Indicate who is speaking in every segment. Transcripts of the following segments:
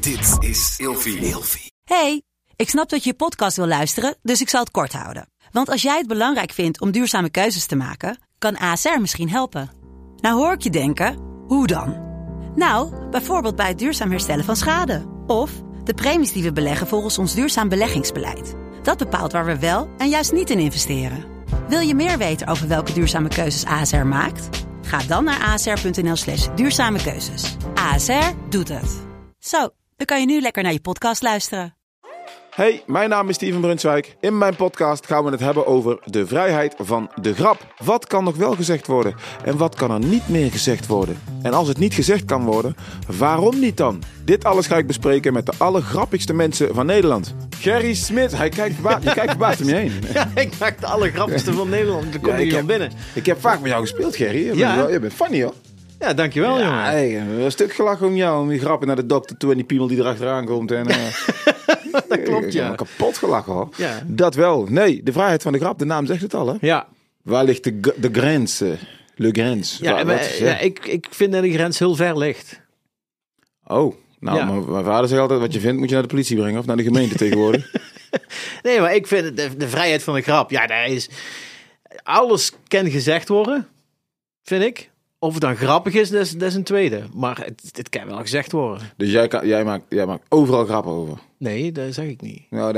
Speaker 1: Dit is Ilfie.
Speaker 2: Hey, ik snap dat je je podcast wil luisteren, dus ik zal het kort houden. Want als jij het belangrijk vindt om duurzame keuzes te maken, kan ASR misschien helpen. Nou hoor ik je denken, hoe dan? Nou, bijvoorbeeld bij het duurzaam herstellen van schade. Of de premies die we beleggen volgens ons duurzaam beleggingsbeleid. Dat bepaalt waar we wel en juist niet in investeren. Wil je meer weten over welke duurzame keuzes ASR maakt? Ga dan naar asr.nl/duurzame keuzes. ASR doet het. Zo, dan kan je nu lekker naar je podcast luisteren.
Speaker 3: Hey, mijn naam is Steven Brunswijk. In mijn podcast gaan we het hebben over de vrijheid van de grap. Wat kan nog wel gezegd worden en wat kan er niet meer gezegd worden? En als het niet gezegd kan worden, waarom niet dan? Dit alles ga ik bespreken met de allergrappigste mensen van Nederland. Gerry Smit, je kijkt verbaasd om je heen.
Speaker 4: Ja, ik maak de allergrappigste van Nederland. Dan kom je hier binnen.
Speaker 3: Ik heb vaak met jou gespeeld, Gerry. Je bent funny, hoor.
Speaker 4: Ja, dankjewel, jongen.
Speaker 3: Hey, een stuk gelachen om jou, om die grappen naar de dokter toe en die piemel die erachteraan komt. En,
Speaker 4: dat klopt, ja.
Speaker 3: Ik heb kapot gelachen, hoor.
Speaker 4: Ja.
Speaker 3: Dat wel. Nee, de vrijheid van de grap, de naam zegt het al, hè?
Speaker 4: Ja.
Speaker 3: Waar ligt de grens? Le grens?
Speaker 4: Ja, ik vind dat de grens heel ver ligt.
Speaker 3: Oh, nou,
Speaker 4: Ja.
Speaker 3: maar mijn vader zegt altijd, wat je vindt moet je naar de politie brengen of naar de gemeente tegenwoordig.
Speaker 4: Nee, maar ik vind de vrijheid van de grap, ja, daar is... Alles kan gezegd worden, vind ik. Of het dan grappig is, dat is een tweede. Maar het kan wel gezegd worden.
Speaker 3: Dus jij maakt overal grappen over?
Speaker 4: Nee, dat zeg ik niet.
Speaker 3: Nou,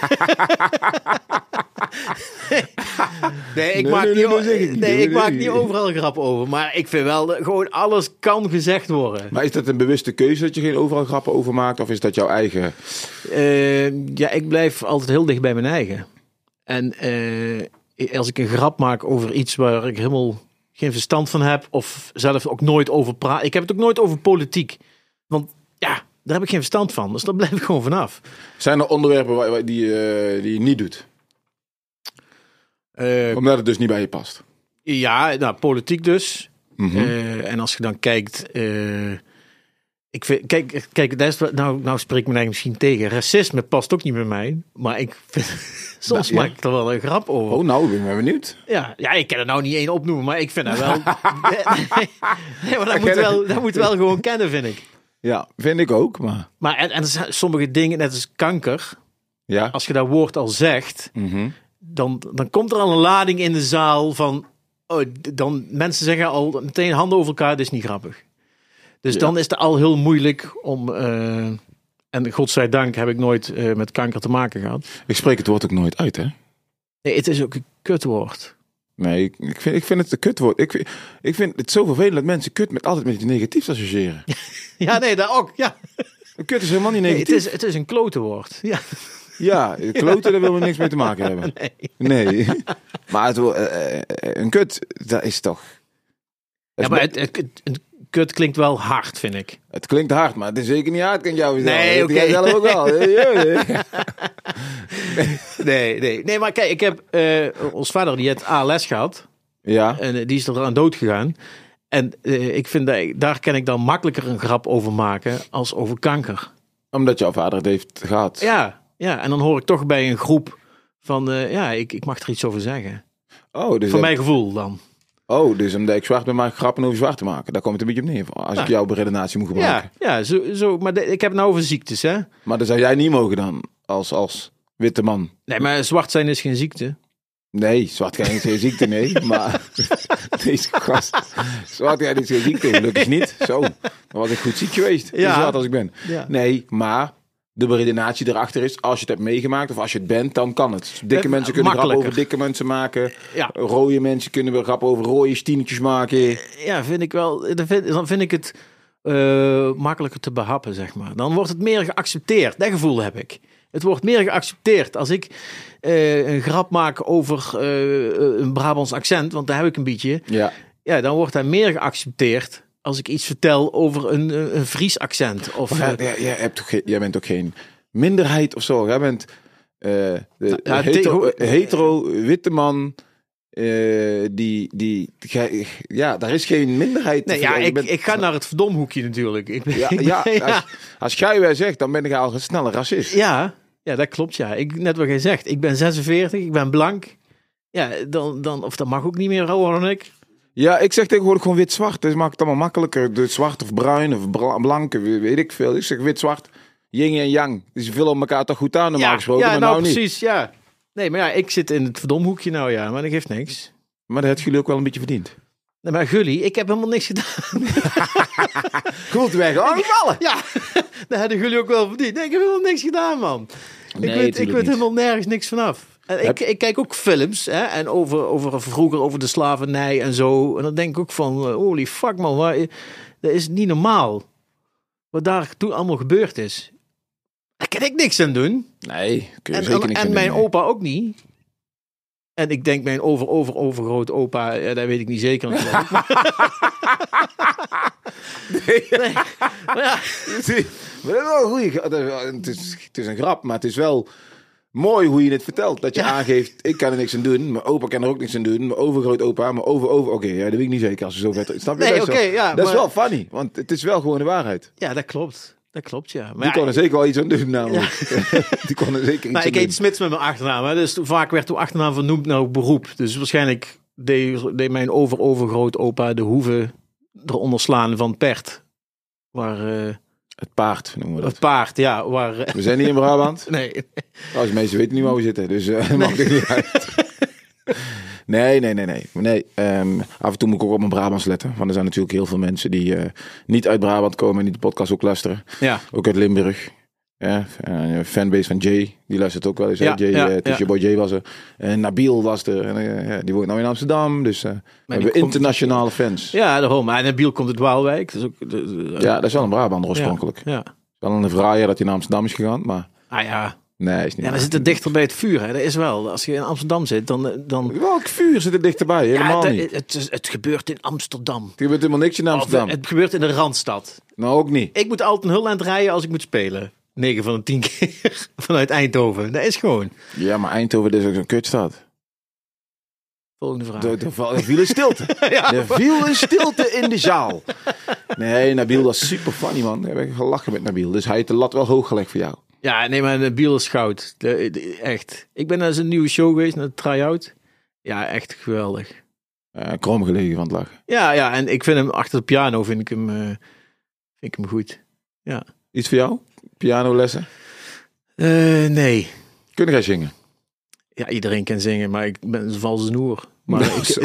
Speaker 4: Ik maak niet overal grappen over. Maar ik vind wel, gewoon alles kan gezegd worden.
Speaker 3: Maar is dat een bewuste keuze dat je geen overal grappen over maakt? Of is dat jouw eigen...
Speaker 4: Ja, ik blijf altijd heel dicht bij mijn eigen. En als ik een grap maak over iets waar ik helemaal geen verstand van heb, of zelf ook nooit over praat. Ik heb het ook nooit over politiek. Want ja, daar heb ik geen verstand van. Dus daar blijf ik gewoon vanaf.
Speaker 3: Zijn er onderwerpen die je niet doet? Omdat het dus niet bij je past?
Speaker 4: Ja, nou, politiek dus.
Speaker 3: Mm-hmm.
Speaker 4: En als je dan kijkt... ik vind, kijk, dat is, nou spreek ik me eigenlijk misschien tegen. Racisme past ook niet bij mij. Maar ik vind, soms maak ik er wel een grap over.
Speaker 3: Oh, nou, ben ik benieuwd.
Speaker 4: Ja, ik kan er nou niet één opnoemen, maar ik vind dat wel... nee, maar dat moet wel gewoon kennen, vind ik.
Speaker 3: Ja, vind ik ook, maar
Speaker 4: en er zijn sommige dingen, net als kanker,
Speaker 3: ja.
Speaker 4: Als je dat woord al zegt,
Speaker 3: Mm-hmm.
Speaker 4: dan komt er al een lading in de zaal van... dan mensen zeggen al meteen handen over elkaar, dit is niet grappig. Dus dan is het al heel moeilijk om... en godzijdank heb ik nooit met kanker te maken gehad.
Speaker 3: Ik spreek het woord ook nooit uit, hè?
Speaker 4: Nee, het is ook een kutwoord.
Speaker 3: Nee, ik vind het een kutwoord. Ik vind het zo vervelend dat mensen kut altijd met iets negatiefs associëren.
Speaker 4: Ja, nee, dat ook. Ja.
Speaker 3: Een kut is helemaal niet negatief.
Speaker 4: Nee, het is een klote woord. Ja.
Speaker 3: Ja, kloten, daar willen we niks mee te maken hebben. Nee. Maar een kut, dat is toch...
Speaker 4: Ja, maar een kut klinkt wel hard, vind ik.
Speaker 3: Het klinkt hard, maar het is zeker niet hard, kan ik jou vertellen.
Speaker 4: Nee, oké.
Speaker 3: Jij zelf ook wel.
Speaker 4: Nee, maar kijk, ik heb ons vader, die heeft ALS gehad.
Speaker 3: Ja.
Speaker 4: En die is er aan dood gegaan. En ik vind daar kan ik dan makkelijker een grap over maken als over kanker.
Speaker 3: Omdat jouw vader het heeft gehad.
Speaker 4: Ja, en dan hoor ik toch bij een groep van, ik mag er iets over zeggen.
Speaker 3: Oh, dus
Speaker 4: Van mijn gevoel dan.
Speaker 3: Oh, dus omdat ik zwart ben, maak ik grappen over zwart te maken. Daar komt het een beetje op neer. Als ik jouw beredenatie moet gebruiken.
Speaker 4: Ja, zo, maar ik heb het nou over ziektes, hè.
Speaker 3: Maar dan zou jij niet mogen dan, als witte man.
Speaker 4: Nee, maar zwart zijn is geen ziekte.
Speaker 3: Nee, zwart zijn is geen ziekte, nee. Maar deze gast, zwart zijn is geen ziekte, gelukkig niet. Zo, dan was ik goed ziek geweest.
Speaker 4: Ja.
Speaker 3: Zo zwart als ik ben.
Speaker 4: Ja.
Speaker 3: Nee, maar de beredenatie erachter is, als je het hebt meegemaakt of als je het bent, dan kan het. Dikke mensen kunnen grap over dikke mensen maken.
Speaker 4: Ja.
Speaker 3: Rode mensen kunnen weer grap over rode stienetjes maken.
Speaker 4: Ja, vind ik wel. Dan vind ik het makkelijker te behappen, zeg maar. Dan wordt het meer geaccepteerd. Dat gevoel heb ik. Het wordt meer geaccepteerd. Als ik een grap maak over een Brabants accent, want daar heb ik een beetje. Ja, dan wordt dat meer geaccepteerd als ik iets vertel over een Fries accent. Of,
Speaker 3: jij bent ook geen minderheid of zo. Jij bent hetero, witte man. Daar is geen minderheid.
Speaker 4: Nee, ik ga naar het verdomhoekje natuurlijk.
Speaker 3: Als jij zegt, dan ben ik al snel een racist.
Speaker 4: Ja, dat klopt. Ja. Net wat jij zegt. Ik ben 46, ik ben blank. Ja, dan of dat mag ook niet meer rauwer dan ik.
Speaker 3: Ja, ik zeg tegenwoordig gewoon wit-zwart. Dus maakt het allemaal makkelijker. Dus zwart of bruin of blank, weet ik veel. Ik zeg wit-zwart. yin en yang. Die vullen elkaar toch goed aan, normaal gesproken.
Speaker 4: Ja,
Speaker 3: maar
Speaker 4: nou
Speaker 3: niet.
Speaker 4: precies, ja. Nee, maar ja, ik zit in het verdomhoekje nou, ja. Maar dat geeft niks.
Speaker 3: Maar dat hebben jullie ook wel een beetje verdiend.
Speaker 4: Nee, maar Gulli, ik heb helemaal niks gedaan.
Speaker 3: Goed weg, allemaal.
Speaker 4: Ja, dat hadden jullie ook wel verdiend. Nee, ik heb helemaal niks gedaan, man. Ik weet helemaal nergens niks vanaf. En ik kijk ook films, hè, en over vroeger, over de slavernij en zo. En dan denk ik ook van, holy fuck man, dat is niet normaal. Wat daar toen allemaal gebeurd is. Daar kan ik niks aan doen.
Speaker 3: Nee, kun je zeker niks aan
Speaker 4: en
Speaker 3: doen,
Speaker 4: mijn
Speaker 3: nee.
Speaker 4: opa ook niet. En ik denk mijn overgroot opa, ja, dat weet ik niet zeker. Natuurlijk. Nee. Maar ja.
Speaker 3: Maar dat is wel een goeie. Het is een grap, maar het is wel mooi hoe je het vertelt. Dat je aangeeft, ik kan er niks aan doen. Mijn opa kan er ook niks aan doen. Mijn overgrootopa, mijn over. Oké, ja, dat weet ik niet zeker als je zo vet. Snap je?
Speaker 4: Nee,
Speaker 3: dat
Speaker 4: oké, ja.
Speaker 3: Dat is wel funny, want het is wel gewoon de waarheid.
Speaker 4: Ja, dat klopt. Dat klopt, ja. Maar
Speaker 3: Die kon er zeker wel iets aan doen, namelijk. Die kon er zeker iets
Speaker 4: maar
Speaker 3: aan
Speaker 4: ik
Speaker 3: doen.
Speaker 4: heet Smits met mijn achternaam. Hè? Dus vaak werd de achternaam vernoemd naar beroep. Dus waarschijnlijk deed mijn overgrootopa de hoeven eronder slaan van Pert. Waar,
Speaker 3: Het paard noemen we dat.
Speaker 4: het paard, ja. Waar,
Speaker 3: We zijn niet in Brabant.
Speaker 4: nee.
Speaker 3: Trouwens, de meesten weten niet waar we zitten, dus maakt het niet uit. Nee. Af en toe moet ik ook op mijn Brabants letten. Want er zijn natuurlijk heel veel mensen die niet uit Brabant komen en die de podcast ook luisteren.
Speaker 4: Ja.
Speaker 3: Ook uit Limburg. Ja, fanbase van Jay, die luistert ook wel eens.
Speaker 4: Ja,
Speaker 3: Jay, Tusje Boy Jay was er. En Nabil was er. En, die woont nou in Amsterdam. Dus we hebben internationale fans.
Speaker 4: Ja, daarom. En Biel komt uit Waalwijk. Dus ook,
Speaker 3: Ja, dat is wel een Brabander oorspronkelijk.
Speaker 4: Ja.
Speaker 3: Wel een vraaier dat hij naar Amsterdam is gegaan, maar
Speaker 4: Ah ja.
Speaker 3: nee, is niet.
Speaker 4: Ja, we zitten dichter bij het vuur. Hè. Dat is wel. Als je in Amsterdam zit, dan
Speaker 3: Welk vuur zit er dichterbij? Helemaal niet.
Speaker 4: Het gebeurt in Amsterdam.
Speaker 3: Er gebeurt helemaal niks in Amsterdam.
Speaker 4: Het gebeurt in de Randstad.
Speaker 3: Nou, ook niet.
Speaker 4: Ik moet altijd een heel eind rijden als ik moet spelen. 9 van de 10 keer vanuit Eindhoven. Dat is gewoon.
Speaker 3: Ja, maar Eindhoven is ook zo'n kutstad.
Speaker 4: Volgende vraag.
Speaker 3: Er viel een stilte. Er viel een stilte in de zaal. Nee, Nabil was super funny, man. We hebben gelachen met Nabil. Dus hij heeft de lat wel hoog gelegd voor jou.
Speaker 4: Ja, nee, maar de Biel is goud. Echt. Ik ben naar zijn nieuwe show geweest, naar de try-out. Ja, echt geweldig.
Speaker 3: Krom gelegen van het lachen.
Speaker 4: Ja, en ik vind hem achter de piano, vind ik hem goed. Ja.
Speaker 3: Iets voor jou? Pianolessen?
Speaker 4: Nee.
Speaker 3: Kun jij zingen?
Speaker 4: Ja, iedereen kan zingen, maar ik ben een valse noer. Maar
Speaker 3: Nou, zo.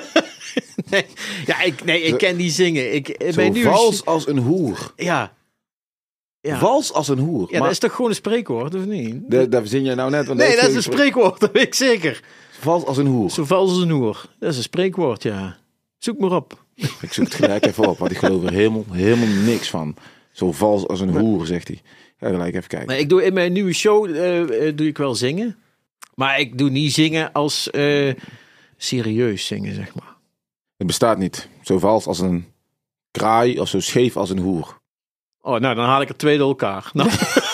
Speaker 4: ik ken niet zingen.
Speaker 3: Zo vals als een hoer.
Speaker 4: Ja.
Speaker 3: Vals als een hoer.
Speaker 4: Ja,
Speaker 3: maar
Speaker 4: dat is toch gewoon een spreekwoord, of niet?
Speaker 3: daar verzin jij nou net. Want
Speaker 4: Nee, dat is een spreekwoord, dat weet ik zeker.
Speaker 3: Vals als een hoer.
Speaker 4: Zo vals als een hoer. Dat is een spreekwoord, ja. Zoek maar op.
Speaker 3: Ik zoek het gelijk even op, want ik geloof er helemaal niks van. Zo vals als een hoer, zegt hij. Ga gelijk even kijken.
Speaker 4: Maar ik doe in mijn nieuwe show doe ik wel zingen. Maar ik doe niet zingen als serieus zingen, zeg maar.
Speaker 3: Het bestaat niet. Zo vals als een kraai of zo scheef als een hoer.
Speaker 4: Oh, nou, dan haal ik er 2 door elkaar. Nou.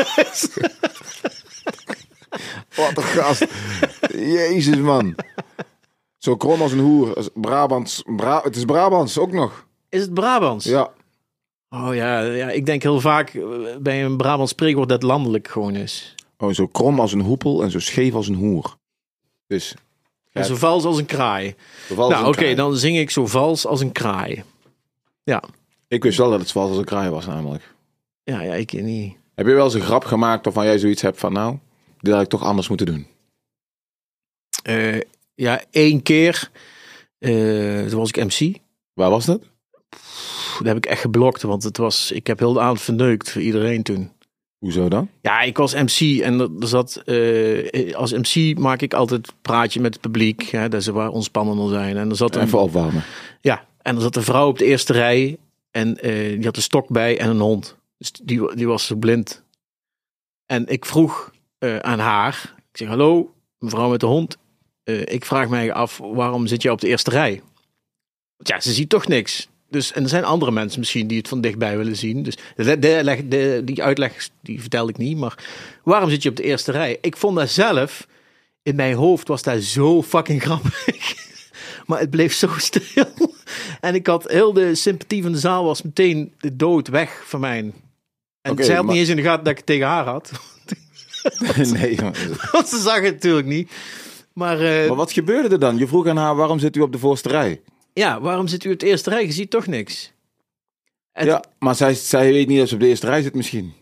Speaker 3: Wat een gast. Jezus, man. Zo krom als een hoer. Brabants. Het is Brabants ook nog.
Speaker 4: Is het Brabants?
Speaker 3: Ja.
Speaker 4: Oh ja, ik denk heel vaak bij een Brabants spreekwoord dat landelijk gewoon is.
Speaker 3: Oh, zo krom als een hoepel en zo scheef als een hoer. Dus.
Speaker 4: En zo vals als een kraai. Nou, oké, dan zing ik zo vals als een kraai. Ja.
Speaker 3: Ik wist wel dat het vals als een kraai was, namelijk.
Speaker 4: Ja, ik niet.
Speaker 3: Heb je wel eens een grap gemaakt waarvan jij zoiets hebt van, nou, dit had ik toch anders moeten doen?
Speaker 4: Ja, 1 keer. Toen was ik MC.
Speaker 3: Waar was dat?
Speaker 4: Dat heb ik echt geblokt, want ik heb heel de avond verneukt voor iedereen toen.
Speaker 3: Hoezo dan?
Speaker 4: Ja, ik was MC en er zat, als MC maak ik altijd praatje met het publiek, hè, dat ze waar ontspannender zijn. En er zat
Speaker 3: Even opwarmen.
Speaker 4: Ja, en er zat een vrouw op de eerste rij en die had een stok bij en een hond. Dus die was zo blind. En ik vroeg aan haar, ik zeg, hallo, mevrouw met de hond. Ik vraag mij af, waarom zit je op de eerste rij? Want ja, ze ziet toch niks. Dus, en er zijn andere mensen misschien die het van dichtbij willen zien. Dus die uitleg die vertelde ik niet. Maar waarom zit je op de eerste rij? Ik vond dat zelf, in mijn hoofd was dat zo fucking grappig. Maar het bleef zo stil. En ik had heel de sympathie van de zaal was meteen de dood weg van mij. En zij had niet eens in de gaten dat ik het tegen haar had.
Speaker 3: Nee, man.
Speaker 4: Want ze zag het natuurlijk niet. Maar
Speaker 3: wat gebeurde er dan? Je vroeg aan haar, waarom zit u op de voorste rij?
Speaker 4: Ja, waarom zit u op de eerste rij? Je ziet toch niks.
Speaker 3: Ja, maar zij weet niet dat ze op de eerste rij zit misschien.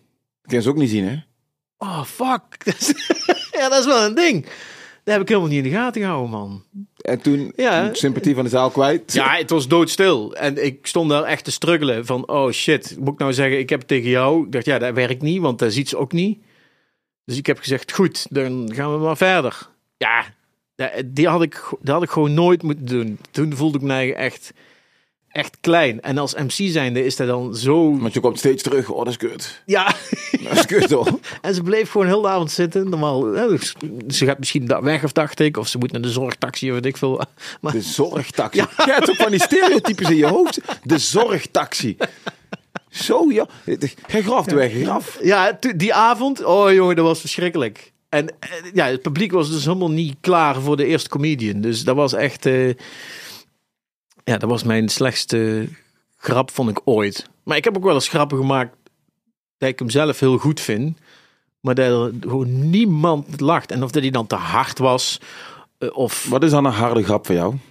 Speaker 3: kun je ze ook niet zien, hè?
Speaker 4: Oh, fuck. Ja, dat is wel een ding. Dat heb ik helemaal niet in de gaten gehouden, man.
Speaker 3: En toen
Speaker 4: Ja.
Speaker 3: sympathie van de zaal kwijt.
Speaker 4: Ja, het was doodstil. En ik stond daar echt te struggelen van, oh shit, moet ik nou zeggen, ik heb het tegen jou. Ik dacht, ja, dat werkt niet, want dat ziet ze ook niet. Dus ik heb gezegd, goed, dan gaan we maar verder. Ja, dat had ik gewoon nooit moeten doen. Toen voelde ik mij echt klein. En als MC zijnde is dat dan zo...
Speaker 3: Want je komt steeds terug. Oh, dat is kut.
Speaker 4: Ja,
Speaker 3: Dat is kut, hoor.
Speaker 4: en ze bleef gewoon heel de avond zitten. Normaal, ze gaat misschien weg of dacht ik. Of ze moet naar de zorgtaxi of weet ik veel. Maar,
Speaker 3: De zorgtaxi. Ja. Je hebt ook van die stereotypes in je hoofd. De zorgtaxi. Zo, ja. Hij graf de weg, graf.
Speaker 4: ja, die avond, oh jongen, dat was verschrikkelijk. En ja, het publiek was dus helemaal niet klaar voor de eerste comedian. Dus dat was echt... ja, dat was mijn slechtste grap, vond ik ooit. Maar ik heb ook wel eens grappen gemaakt dat ik hem zelf heel goed vind. Maar dat er gewoon niemand lacht. En of dat hij dan te hard was. Of...
Speaker 3: Wat is dan een harde grap voor jou?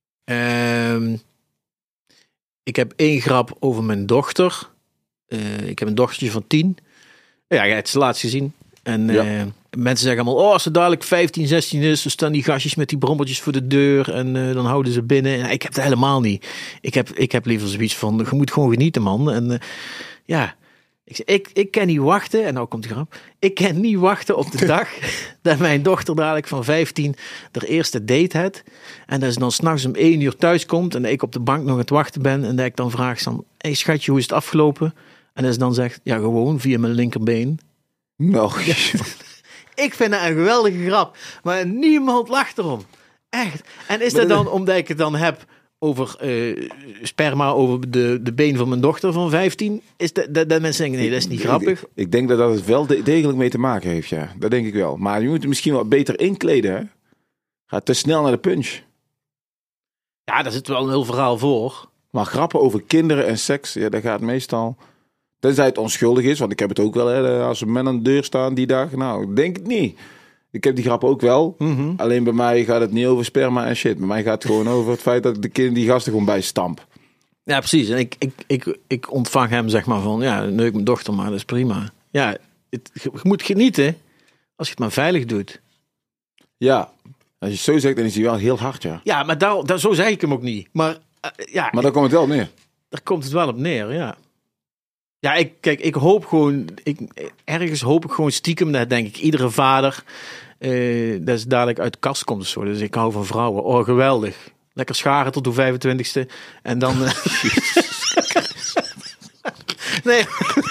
Speaker 4: Ik heb 1 grap over mijn dochter. Ik heb een dochtertje van 10. Ja, je hebt ze laatst gezien. En mensen zeggen allemaal, oh, als ze dadelijk 15, 16 is, dan staan die gastjes met die brommeltjes voor de deur en dan houden ze binnen. En ik heb het helemaal niet. Ik heb liever zoiets van, je moet gewoon genieten, man. En ja, ik kan niet wachten, en nou komt de grap, ik kan niet wachten op de dag dat mijn dochter dadelijk van 15 haar eerste date had. En dat ze dan 's nachts om 1 uur thuis komt en ik op de bank nog aan het wachten ben. En dat ik dan vraag van, hey schatje, hoe is het afgelopen? En dat ze dan zegt, ja, gewoon via mijn linkerbeen.
Speaker 3: Nou,
Speaker 4: Ja. Ik vind dat een geweldige grap. Maar niemand lacht erom. Echt. En is dat dan omdat ik het dan heb over sperma over de been van mijn dochter van 15? Is dat mensen denken, nee, dat is niet grappig.
Speaker 3: Ik denk dat het wel degelijk mee te maken heeft, ja. Dat denk ik wel. Maar je moet het misschien wat beter inkleden, hè. Ga te snel naar de punch.
Speaker 4: Ja, daar zit wel een heel verhaal voor.
Speaker 3: Maar grappen over kinderen en seks, ja, dat gaat meestal... Tenzij het onschuldig is, want ik heb het ook wel, hè, als een man aan de deur staan die dag. Nou, ik denk het niet. Ik heb die grap ook wel.
Speaker 4: Mm-hmm.
Speaker 3: Alleen bij mij gaat het niet over sperma en shit. Bij mij gaat het gewoon over het feit dat die gasten gewoon bij stamp.
Speaker 4: Ja, precies. En ik ontvang hem zeg maar van, ja, neuk mijn dochter maar, dat is prima. Ja, je moet genieten als je het maar veilig doet.
Speaker 3: Ja, als je het zo zegt, dan is hij wel heel hard, ja.
Speaker 4: Ja, maar zo zeg ik hem ook niet. Maar ja,
Speaker 3: Maar daar komt het wel neer.
Speaker 4: daar komt het wel op neer, ja. Ja, ik hoop gewoon, ergens hoop ik gewoon stiekem, dat denk ik iedere vader, dat ze dadelijk uit de kast komt of zo. Dus ik hou van vrouwen. Oh, geweldig. Lekker scharen tot de 25ste. En dan... nee.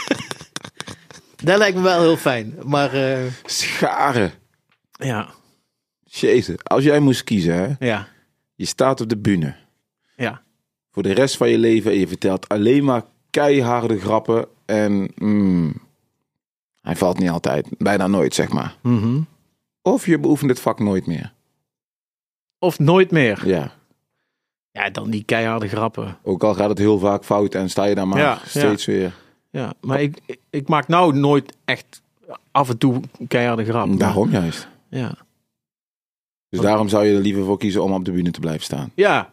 Speaker 4: Dat lijkt me wel heel fijn. Maar
Speaker 3: Scharen.
Speaker 4: ja,
Speaker 3: Jezus, als jij moest kiezen, hè.
Speaker 4: ja,
Speaker 3: Je staat op de bühne.
Speaker 4: ja.
Speaker 3: Voor de rest van je leven en je vertelt alleen maar keiharde grappen. En hij valt niet altijd. Bijna nooit, zeg maar.
Speaker 4: Mhm.
Speaker 3: Of je beoefent het vak nooit meer.
Speaker 4: Of nooit meer.
Speaker 3: Ja.
Speaker 4: Ja, dan die keiharde grappen.
Speaker 3: Ook al gaat het heel vaak fout en sta je daar maar
Speaker 4: Ja,
Speaker 3: steeds weer.
Speaker 4: Ja, maar ik maak nou nooit echt af en toe keiharde grappen.
Speaker 3: Daarom juist.
Speaker 4: Ja.
Speaker 3: Dus daarom zou je er liever voor kiezen om op de bühne te blijven staan.
Speaker 4: Ja.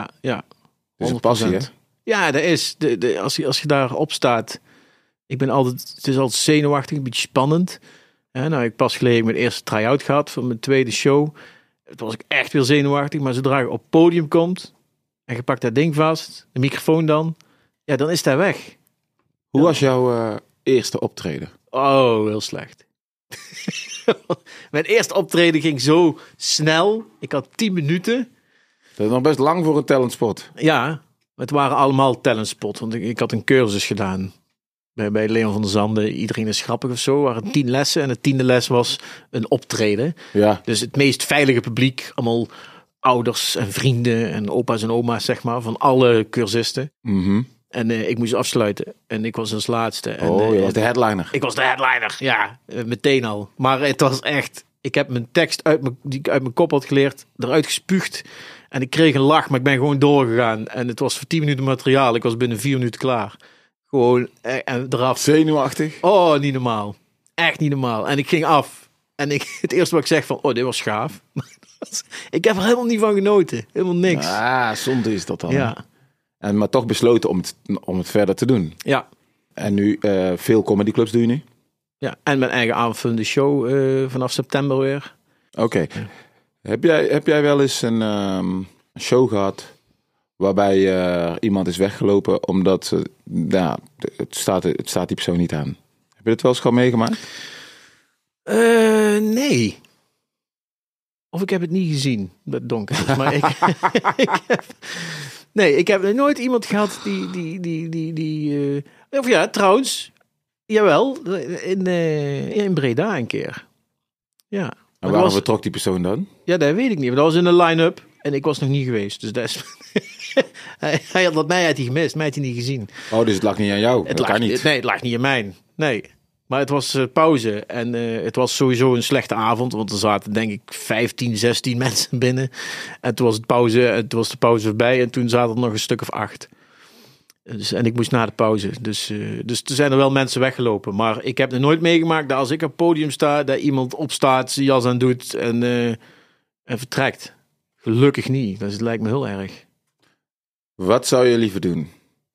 Speaker 3: Dus een passie, hè?
Speaker 4: Ja, dat is. Als je daarop staat. Het is altijd zenuwachtig, een beetje spannend. Nou, ik heb pas geleden mijn eerste try-out gehad voor mijn tweede show. Het was ik echt weer zenuwachtig. Maar zodra je op het podium komt en je pakt dat ding vast, de microfoon dan, ja, dan is dat weg.
Speaker 3: Hoe was jouw eerste optreden?
Speaker 4: Oh, heel slecht. Mijn eerste optreden ging zo snel. Ik had 10 minuten.
Speaker 3: Dat is nog best lang voor een talentspot.
Speaker 4: Ja, het waren allemaal talentspots. Want ik had een cursus gedaan bij Leon van der Zanden. Iedereen is grappig of zo. Er waren 10 lessen en de 10e les was een optreden.
Speaker 3: Ja.
Speaker 4: Dus het meest veilige publiek. Allemaal ouders en vrienden en opa's en oma's, zeg maar. Van alle cursisten.
Speaker 3: Mhm.
Speaker 4: En ik moest afsluiten. En ik was als laatste. En,
Speaker 3: Je was de headliner.
Speaker 4: ik was de headliner, ja. Meteen al. Maar het was echt... Ik heb mijn tekst die ik uit mijn kop had geleerd, eruit gespuugd. En ik kreeg een lach, maar ik ben gewoon doorgegaan. En het was voor 10 minuten materiaal. Ik was binnen 4 minuten klaar. Gewoon en eraf.
Speaker 3: Zenuwachtig.
Speaker 4: Oh, niet normaal. Echt niet normaal. En ik ging af. En het eerste wat ik zeg van, oh, dit was gaaf. Ik heb er helemaal niet van genoten. Helemaal niks.
Speaker 3: Ah, zonde is dat dan.
Speaker 4: Ja.
Speaker 3: Maar toch besloten om het verder te doen.
Speaker 4: Ja.
Speaker 3: En nu, veel comedyclubs doe je nu?
Speaker 4: Ja, en mijn eigen aanvullende show vanaf september weer.
Speaker 3: Oké. Ja. Heb jij wel eens een show gehad waarbij iemand is weggelopen omdat het staat die persoon niet aan? Heb je dat wel eens gewoon meegemaakt?
Speaker 4: Nee. Of ik heb het niet gezien, dat donker is. Maar ik heb nooit iemand gehad die of ja, trouwens, jawel, in Breda een keer. Ja.
Speaker 3: En waarom vertrok die persoon dan?
Speaker 4: Ja, dat weet ik niet. Maar dat was in een line-up en ik was nog niet geweest. Dus dat is... hij had dat mij had hij gemist, mij had hij niet gezien.
Speaker 3: Oh, dus het lag niet aan jou?
Speaker 4: Het lag niet. Nee, het lag niet aan mij. Nee. Maar het was pauze en het was sowieso een slechte avond, want er zaten denk ik 15, 16 mensen binnen. En toen was het pauze en toen was de pauze voorbij en toen zaten er nog een stuk of 8. Dus, en ik moest na de pauze. Dus er zijn er wel mensen weggelopen. Maar ik heb er nooit meegemaakt dat als ik op het podium sta, dat iemand opstaat, zijn jas aan doet en vertrekt. Gelukkig niet. Dat lijkt me heel erg.
Speaker 3: Wat zou je liever doen?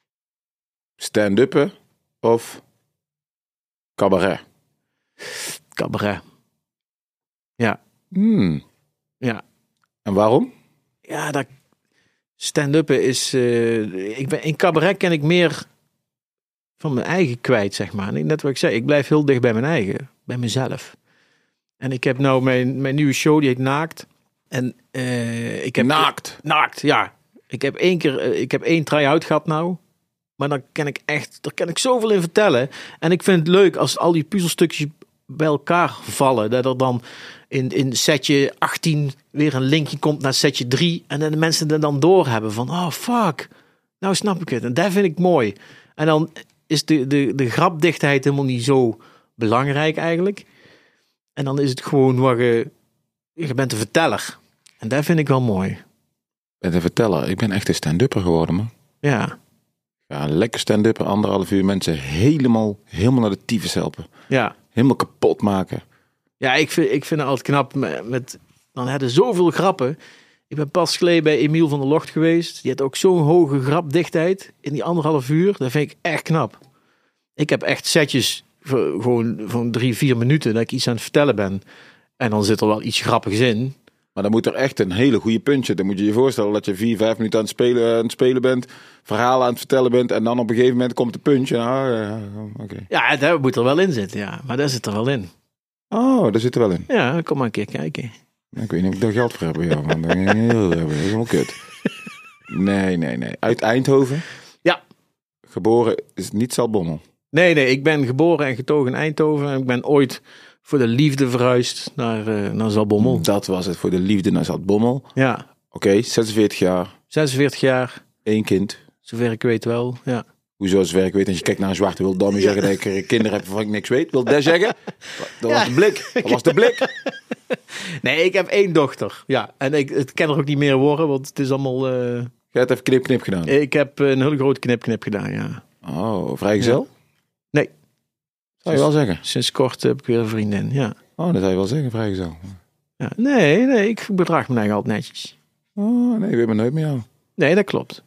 Speaker 3: Stand-uppen of cabaret?
Speaker 4: Cabaret. Ja. Ja.
Speaker 3: En waarom?
Speaker 4: Ja, dat stand-uppen is... in cabaret ken ik meer van mijn eigen kwijt, zeg maar. Net wat ik zei, ik blijf heel dicht bij mijn eigen. Bij mezelf. En ik heb nou mijn nieuwe show, die heet Naakt. En ik heb... Naakt, ja. Ik heb 1 try-out gehad nou. Maar daar kan ik zoveel in vertellen. En ik vind het leuk als al die puzzelstukjes bij elkaar vallen. Dat er dan in setje 18 weer een linkje komt naar setje 3. En de mensen er dan door hebben van, oh fuck, nou snap ik het. En dat vind ik mooi. En dan is de grapdichtheid helemaal niet zo belangrijk eigenlijk. En dan is het gewoon waar je bent een verteller. En dat vind ik wel mooi.
Speaker 3: Bent een verteller. Ik ben echt een stand-upper geworden, man.
Speaker 4: Ja.
Speaker 3: Ja, lekker stand-uppen, 1,5 uur mensen helemaal naar de tyfus helpen.
Speaker 4: Ja.
Speaker 3: Helemaal kapot maken.
Speaker 4: Ja, ik vind het altijd knap. Dan hadden zoveel grappen. Ik ben pas geleden bij Emiel van der Locht geweest. Die had ook zo'n hoge grapdichtheid in die 1,5 uur. Dat vind ik echt knap. Ik heb echt setjes van 3-4 minuten dat ik iets aan het vertellen ben. En dan zit er wel iets grappigs in.
Speaker 3: Maar dan moet er echt een hele goede punch zitten. Dan moet je je voorstellen dat je 4-5 minuten aan het spelen bent. Verhalen aan het vertellen bent. En dan op een gegeven moment komt de punch. Okay.
Speaker 4: Ja, dat moet er wel in zitten. Ja. Maar daar zit er wel in.
Speaker 3: Oh, daar zit er wel in.
Speaker 4: Ja, kom maar een keer kijken.
Speaker 3: Ik weet niet of ik daar geld voor heb. Ja, man. Dat is helemaal kut. Nee. Uit Eindhoven?
Speaker 4: Ja.
Speaker 3: Geboren is niet Zaltbommel?
Speaker 4: Nee. Ik ben geboren en getogen in Eindhoven. En ik ben ooit voor de liefde verhuisd naar Zaltbommel.
Speaker 3: Dat was het, voor de liefde naar Zaltbommel.
Speaker 4: Ja.
Speaker 3: Oké, 46 jaar.
Speaker 4: 46 jaar.
Speaker 3: 1 kind.
Speaker 4: Zover ik weet wel, ja.
Speaker 3: Hoezo zover ik weet? Als je kijkt naar een zwarte, wil daarmee zeggen dat ik kinderen heb waarvan ik niks weet. Wil dat zeggen? Dat was de blik. Dat was de blik.
Speaker 4: Nee, ik heb 1 dochter. Ja, en het kan er ook niet meer worden, want het is allemaal...
Speaker 3: Je hebt even knip gedaan?
Speaker 4: Ik heb een heel groot knip gedaan, ja.
Speaker 3: Oh, vrijgezel?
Speaker 4: Ja. Nee.
Speaker 3: Zou je wel zeggen?
Speaker 4: Sinds kort heb ik weer een vriendin, ja.
Speaker 3: Oh, dat zou je wel zeggen, vrijgezel.
Speaker 4: Ja, nee, ik bedraag me eigenlijk altijd netjes.
Speaker 3: Oh, nee, ik weet me nooit met jou.
Speaker 4: Nee, dat klopt.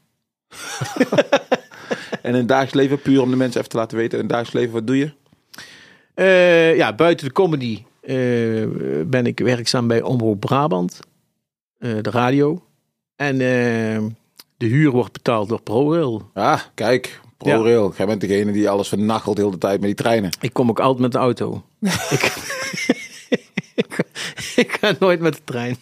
Speaker 3: En in het dagelijks leven, puur om de mensen even te laten weten, in het dagelijks leven, wat doe je?
Speaker 4: Buiten de comedy ben ik werkzaam bij Omroep Brabant, de radio. En de huur wordt betaald door ProRail.
Speaker 3: Ah, kijk, ProRail. Ja. Jij bent degene die alles vernachelt de hele tijd met die treinen.
Speaker 4: Ik kom ook altijd met de auto. ik ga nooit met de trein.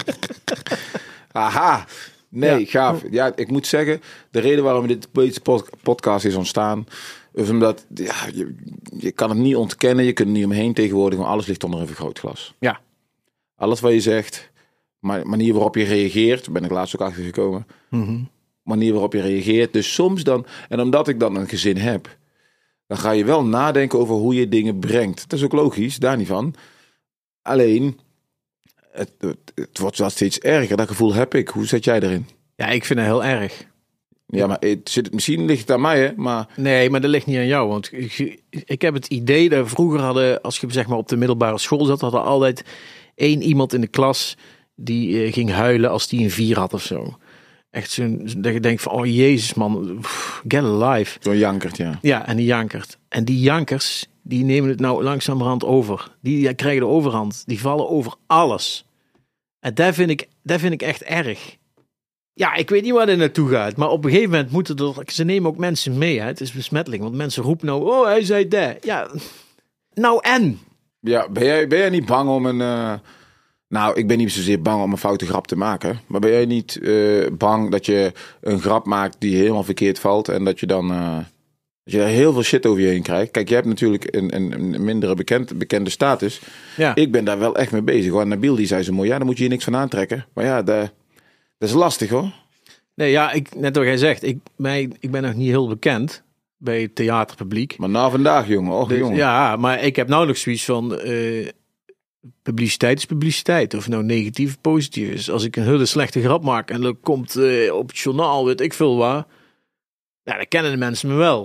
Speaker 3: Aha. Nee, gaaf. Ja, ik moet zeggen, de reden waarom deze podcast is ontstaan, is omdat je kan het niet ontkennen, je kunt er niet omheen tegenwoordig, maar alles ligt onder een vergrootglas.
Speaker 4: Ja.
Speaker 3: Alles wat je zegt, manier waarop je reageert, ben ik laatst ook achter gekomen.
Speaker 4: Mm-hmm.
Speaker 3: Manier waarop je reageert. Dus soms dan, en omdat ik dan een gezin heb, dan ga je wel nadenken over hoe je dingen brengt. Dat is ook logisch, daar niet van. Alleen, het wordt wel steeds erger. Dat gevoel heb ik. Hoe zet jij erin?
Speaker 4: Ja, ik vind het heel erg.
Speaker 3: Ja, maar misschien ligt het aan mij, hè? Maar...
Speaker 4: Nee, maar dat ligt niet aan jou. Want ik heb het idee dat vroeger hadden, als je zeg maar op de middelbare school zat, hadden altijd 1 iemand in de klas die ging huilen als die een 4 had of zo. Echt zo'n, dat je denkt van, oh jezus man, get a life.
Speaker 3: Zo'n jankert, ja.
Speaker 4: Ja, en die jankert. En die jankers, die nemen het nou langzamerhand over. Die krijgen de overhand. Die vallen over alles. En dat vind ik echt erg. Ja, ik weet niet waar dit naartoe gaat. Maar op een gegeven moment moeten ze nemen ook mensen mee. Hè? Het is besmettelijk. Want mensen roepen nou, oh, hij zei dat. Ja, nou en?
Speaker 3: Ja, ben jij niet bang om een... Nou, ik ben niet zozeer bang om een foute grap te maken. Maar ben jij niet bang dat je een grap maakt die helemaal verkeerd valt... en dat je dan dat je daar heel veel shit over je heen krijgt? Kijk, je hebt natuurlijk een mindere bekende status.
Speaker 4: Ja.
Speaker 3: Ik ben daar wel echt mee bezig. Want Nabil die zei zo mooi, ja, dan moet je hier niks van aantrekken. Maar ja, dat is lastig hoor.
Speaker 4: Nee, ja, net wat jij zegt. Ik ben nog niet heel bekend bij het theaterpubliek.
Speaker 3: Maar na vandaag, jongen. Och,
Speaker 4: Dus,
Speaker 3: jongen.
Speaker 4: ja, maar ik heb nauwelijks zoiets van... publiciteit is publiciteit. Of nou negatief of positief is. Als ik een hele slechte grap maak en dat komt op het journaal, weet ik veel waar. Nou, dan kennen de mensen me wel.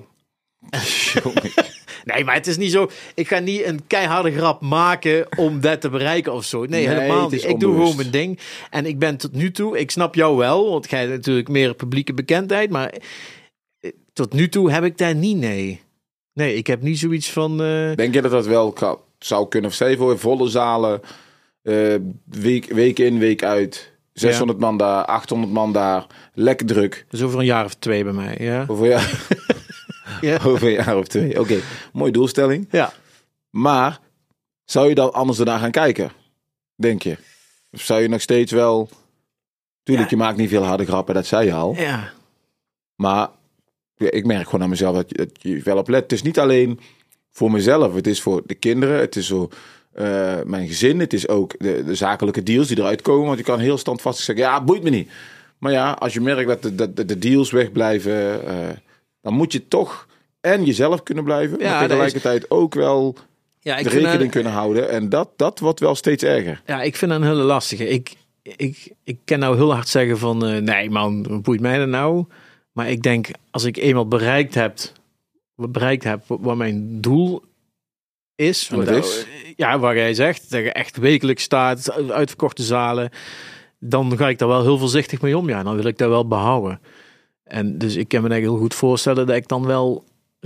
Speaker 4: Nee, maar het is niet zo. Ik ga niet een keiharde grap maken om dat te bereiken of zo. Nee, helemaal niet. Ik doe gewoon mijn ding. En ik ben tot nu toe, ik snap jou wel, want jij hebt natuurlijk meer publieke bekendheid, maar tot nu toe heb ik daar niet, nee. Nee, ik heb niet zoiets van...
Speaker 3: Denk je dat dat wel zou kunnen? Of stel je voor, volle zalen, week in, week uit, 600 man daar, 800 man daar, lekker druk.
Speaker 4: Dat is over een jaar of 2 bij mij, ja.
Speaker 3: Over een jaar of 2. Oké, mooie doelstelling.
Speaker 4: Ja.
Speaker 3: Maar zou je dan anders ernaar gaan kijken? Denk je? Of zou je nog steeds wel... Tuurlijk, je maakt niet veel harde grappen, dat zei je al.
Speaker 4: Ja.
Speaker 3: Maar ik merk gewoon aan mezelf dat je wel op let. Het is niet alleen voor mezelf, het is voor de kinderen, het is voor mijn gezin, het is ook de zakelijke deals die eruit komen. Want je kan heel standvastig zeggen, ja, boeit me niet. Maar ja, als je merkt dat de deals wegblijven, dan moet je toch en jezelf kunnen blijven, maar tegelijkertijd ook wel de rekening kunnen houden. En dat wordt wel steeds erger.
Speaker 4: Ja, ik vind dat een hele lastige. Ik kan nou heel hard zeggen van, nee man, wat boeit mij dat nou? Maar ik denk, als ik eenmaal bereikt heb wat mijn doel is. Waar jij zegt, dat je echt wekelijks staat, uitverkochte zalen. Dan ga ik daar wel heel voorzichtig mee om. Ja, dan wil ik dat wel behouden. En dus ik kan me eigenlijk heel goed voorstellen dat ik dan wel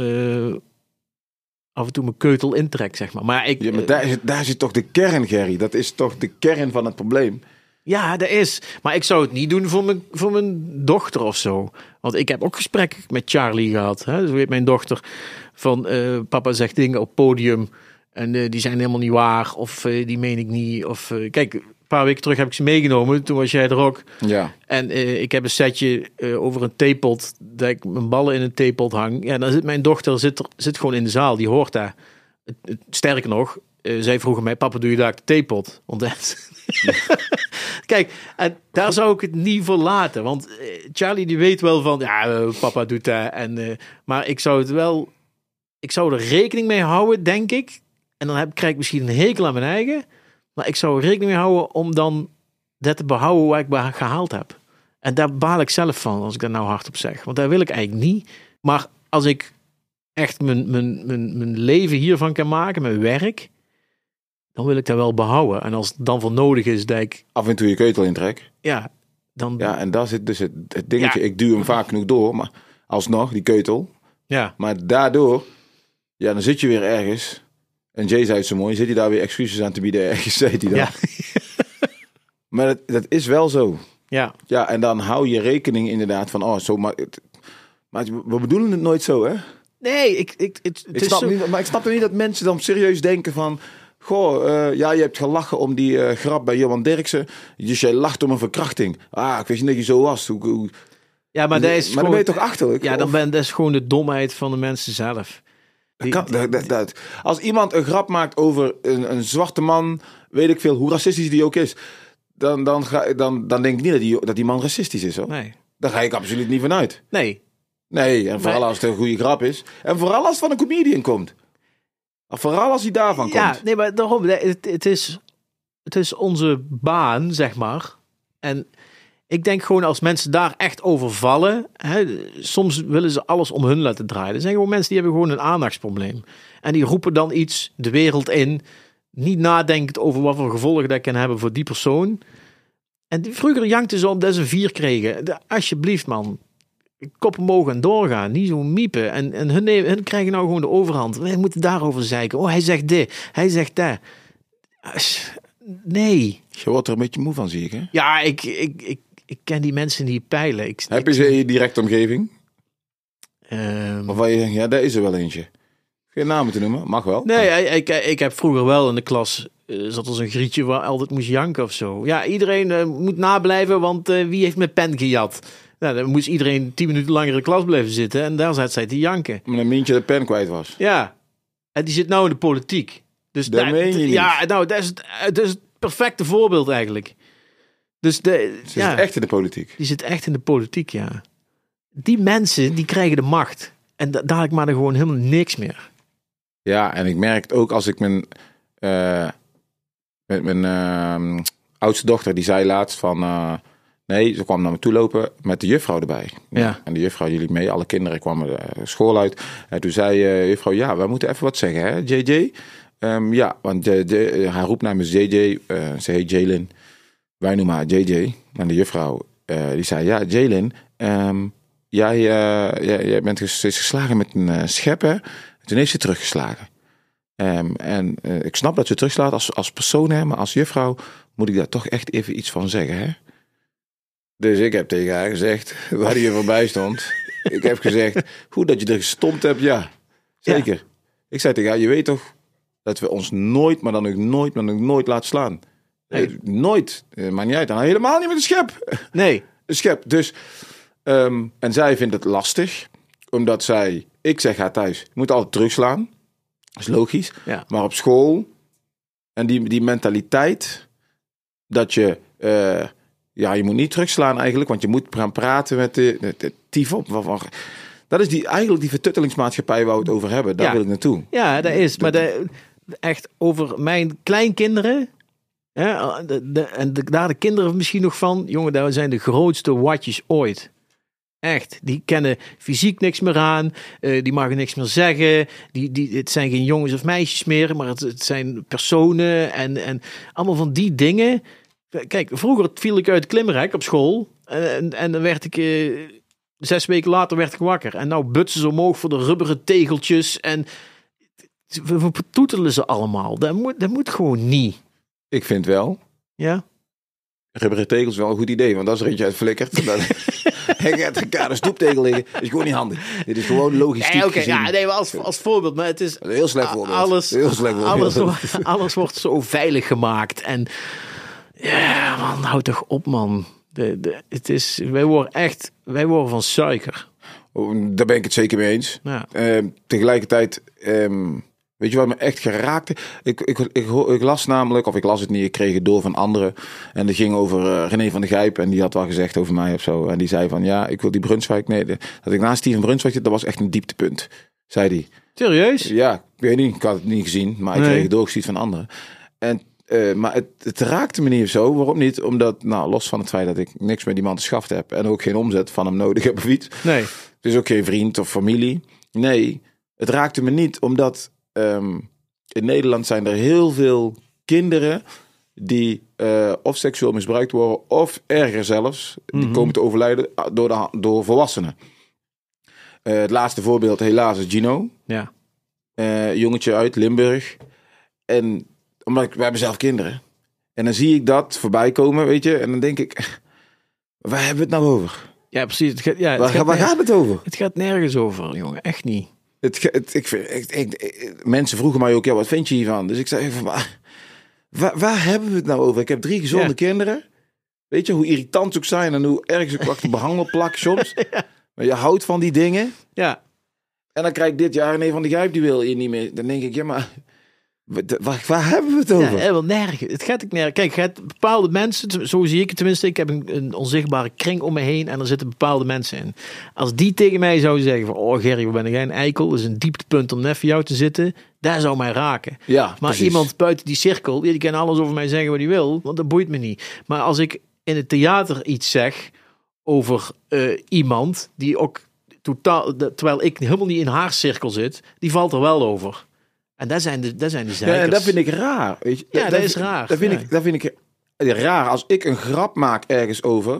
Speaker 4: af en toe mijn keutel intrek, zeg maar. Maar
Speaker 3: daar zit toch de kern, Gerry. Dat is toch de kern van het probleem.
Speaker 4: Ja, dat is. Maar ik zou het niet doen voor mijn dochter of zo. Want ik heb ook gesprekken met Charlie gehad. Hè? Zo weet mijn dochter van papa zegt dingen op podium en die zijn helemaal niet waar. Of die meen ik niet. Of kijk, een paar weken terug heb ik ze meegenomen. Toen was jij er ook. Ja. En ik heb een setje over een theepot. Dat ik mijn ballen in een theepot hang. Ja, dan zit mijn dochter zit gewoon in de zaal. Die hoort daar. Sterker nog, zij vroegen mij, papa, doe je daar de theepot? Want kijk, en daar zou ik het niet voor laten. Want Charlie die weet wel van, ja, papa doet dat. Maar ik zou er rekening mee houden, denk ik. En dan krijg ik misschien een hekel aan mijn eigen. Maar ik zou er rekening mee houden om dan dat te behouden waar ik gehaald heb. En daar baal ik zelf van, als ik dat nou hardop zeg. Want daar wil ik eigenlijk niet. Maar als ik echt mijn leven hiervan kan maken, mijn werk, dan wil ik dat wel behouden. En als het dan voor nodig is dat ik
Speaker 3: af en toe je keutel intrek.
Speaker 4: Ja, dan...
Speaker 3: Ja, en daar zit dus het dingetje. Ja. Ik duw hem vaak genoeg door, maar alsnog, die keutel. Ja. Maar daardoor, ja, dan zit je weer ergens. En Jay zei het zo mooi, zit hij daar weer excuses aan te bieden ergens, zei hij dan. Ja. Maar dat is wel zo. Ja. Ja, en dan hou je rekening inderdaad van, maar we bedoelen het nooit zo, hè?
Speaker 4: Nee,
Speaker 3: maar ik snap niet dat mensen dan serieus denken van, goh, je hebt gelachen om die grap bij Johan Derksen. Dus jij lacht om een verkrachting. Ik wist niet dat je zo was.
Speaker 4: Ja, maar dat is
Speaker 3: maar dan ben je toch achterlijk?
Speaker 4: Ja, dat is gewoon de domheid van de mensen zelf.
Speaker 3: Als iemand een grap maakt over een zwarte man, weet ik veel, hoe racistisch die ook is, dan denk ik niet dat die man racistisch is, hoor. Nee. Daar ga ik absoluut niet vanuit. Nee, en vooral als het een goede grap is. En vooral als het van een comedian komt. Vooral als hij daarvan komt.
Speaker 4: Ja, nee, maar daarom, het is onze baan, zeg maar. En ik denk gewoon als mensen daar echt over vallen, soms willen ze alles om hun laten draaien. Er zijn gewoon mensen die hebben gewoon een aandachtsprobleem. En die roepen dan iets de wereld in, niet nadenkend over wat voor gevolgen dat kan hebben voor die persoon. En vroeger jankten ze omdat ze een 4 kregen. Alsjeblieft, man. kop omhoog en doorgaan. Niet zo miepen. En hun krijgen nou gewoon de overhand. Wij moeten daarover zeiken. Oh, hij zegt dit. Hij zegt dat. Nee.
Speaker 3: Je wordt er een beetje moe van, zie ik, hè?
Speaker 4: Ja, ik ken die mensen die peilen.
Speaker 3: Heb je ze in je directe omgeving? Of waar je denkt, ja, daar is er wel eentje. Geen namen te noemen, mag wel.
Speaker 4: Nee, ik heb vroeger wel in de klas... zat er zo'n grietje waar altijd moest janken of zo. Ja, iedereen moet nablijven, want wie heeft mijn pen gejat? Nou, dan moest iedereen 10 minuten langer in de klas blijven zitten. En daar zat zij te janken.
Speaker 3: Maar een Mientje de pen kwijt was.
Speaker 4: Ja, en die zit nou in de politiek. Dus
Speaker 3: dat meen je niet.
Speaker 4: Ja, nou, dat is het perfecte voorbeeld eigenlijk. Dus
Speaker 3: Ze zit echt in de politiek.
Speaker 4: Die zit echt in de politiek, ja. Die mensen, die krijgen de macht. En dadelijk maar er gewoon helemaal niks meer.
Speaker 3: Ja, en ik merk het ook als ik mijn oudste dochter, die zei laatst van... nee, ze kwam naar me toe lopen met de juffrouw erbij.
Speaker 4: Ja.
Speaker 3: En de juffrouw jullie mee, alle kinderen kwamen de school uit. En toen zei juffrouw, ja, wij moeten even wat zeggen, hè, JJ? Ja, want haar roepnaam is JJ, ze heet Jalen. Wij noemen haar JJ. En de juffrouw, die zei, ja, Jalen, jij bent geslagen met een schep, hè? Toen heeft ze teruggeslagen. En ik snap dat ze terugslaat als persoon, hè, maar als juffrouw moet ik daar toch echt even iets van zeggen, hè? Dus ik heb tegen haar gezegd, waar die er voorbij stond. Ik heb gezegd, goed dat je er gestompt hebt, ja. Zeker. Ja. Ik zei tegen haar, je weet toch dat we ons nooit, maar dan ook nooit laten slaan. Nee. Nooit. Maar niet uit. Dan helemaal niet met een schep.
Speaker 4: Nee.
Speaker 3: Een schep. Dus, en zij vindt het lastig, omdat ik zeg haar thuis, je moet altijd terugslaan. Dat is logisch. Ja. Maar op school, en die mentaliteit, dat je... je moet niet terugslaan eigenlijk, want je moet gaan praten met de tief op. Dat is eigenlijk die vertuttelingsmaatschappij waar we het over hebben. Daar wil ik naartoe.
Speaker 4: Ja, dat is. Maar echt over mijn kleinkinderen. Daar de kinderen misschien nog van. Jongen, dat zijn de grootste watjes ooit. Echt. Die kennen fysiek niks meer aan. Die mogen niks meer zeggen. Het zijn geen jongens of meisjes meer, maar het zijn personen. En allemaal van die dingen... Kijk, vroeger viel ik uit het klimrek op school. En dan werd ik... 6 weken later werd ik wakker. En nou butsen ze omhoog voor de rubberen tegeltjes. En we toetelen ze allemaal. Dat moet gewoon niet.
Speaker 3: Ik vind wel.
Speaker 4: Ja?
Speaker 3: Rubberen tegels wel een goed idee. Want als er eentje uitflikkert... dan gaat er een stoeptegel liggen. Dat is gewoon niet handig. Dit is gewoon logistiek gezien.
Speaker 4: Ja, nee, maar als voorbeeld. Maar het is...
Speaker 3: Een heel slecht voorbeeld.
Speaker 4: Alles wordt zo veilig gemaakt. En... Ja, man, hou toch op, man. Wij worden van suiker.
Speaker 3: Daar ben ik het zeker mee eens. Ja. Tegelijkertijd, weet je wat me echt geraakte? Ik las namelijk, of ik las het niet, ik kreeg het door van anderen. En dat ging over René van der Gijp. En die had wel gezegd over mij of zo. En die zei van, ja, ik wil die Brunswijk. Nee, dat ik naast Steven Brunswijk zit, dat was echt een dieptepunt. Zei hij.
Speaker 4: Serieus?
Speaker 3: Ja, ik weet niet, ik had het niet gezien. Maar ik kreeg het doorgestuurd van anderen. En maar het raakte me niet of zo. Waarom niet? Omdat, los van het feit dat ik niks met die man te schaft heb. En ook geen omzet van hem nodig heb of iets.
Speaker 4: Nee.
Speaker 3: Het is ook geen vriend of familie. Nee, het raakte me niet. Omdat in Nederland zijn er heel veel kinderen die of seksueel misbruikt worden. Of erger zelfs. Die komen te overlijden door volwassenen. Het laatste voorbeeld helaas is Gino.
Speaker 4: Ja.
Speaker 3: Jongetje uit Limburg. En... omdat we hebben zelf kinderen. En dan zie ik dat voorbij komen, weet je. En dan denk ik, waar hebben we het nou over?
Speaker 4: Ja, precies.
Speaker 3: Waar gaat het over?
Speaker 4: Het gaat nergens over, jongen. Echt niet.
Speaker 3: Mensen vroegen mij ook, wat vind je hiervan? Dus ik zei, waar hebben we het nou over? Ik heb 3 gezonde kinderen. Weet je, hoe irritant ze ook zijn en hoe erg ze ook achter behangelplak soms. Ja. Maar je houdt van die dingen.
Speaker 4: Ja.
Speaker 3: En dan krijg ik dit jaar René van der Gijp, die wil je niet meer. Dan denk ik, ja, maar... Waar hebben we het over?
Speaker 4: Ja, helemaal nergens. Het gaat ook nergens. Kijk, je hebt bepaalde mensen, zo zie ik het tenminste. Ik heb een onzichtbare kring om me heen en er zitten bepaalde mensen in. Als die tegen mij zouden zeggen van, oh Gerry, wat ben jij een eikel? Dat is een dieptepunt om net voor jou te zitten. Daar zou mij raken.
Speaker 3: Ja,
Speaker 4: maar
Speaker 3: precies.
Speaker 4: Iemand buiten die cirkel, die kan alles over mij zeggen wat hij wil, want dat boeit me niet. Maar als ik in het theater iets zeg over iemand die ook totaal, terwijl ik helemaal niet in haar cirkel zit, die valt er wel over. En daar zijn de zeikers.
Speaker 3: Ja, en dat vind ik raar. Weet je?
Speaker 4: Ja, dat is raar.
Speaker 3: Dat vind ik raar. Als ik een grap maak ergens over...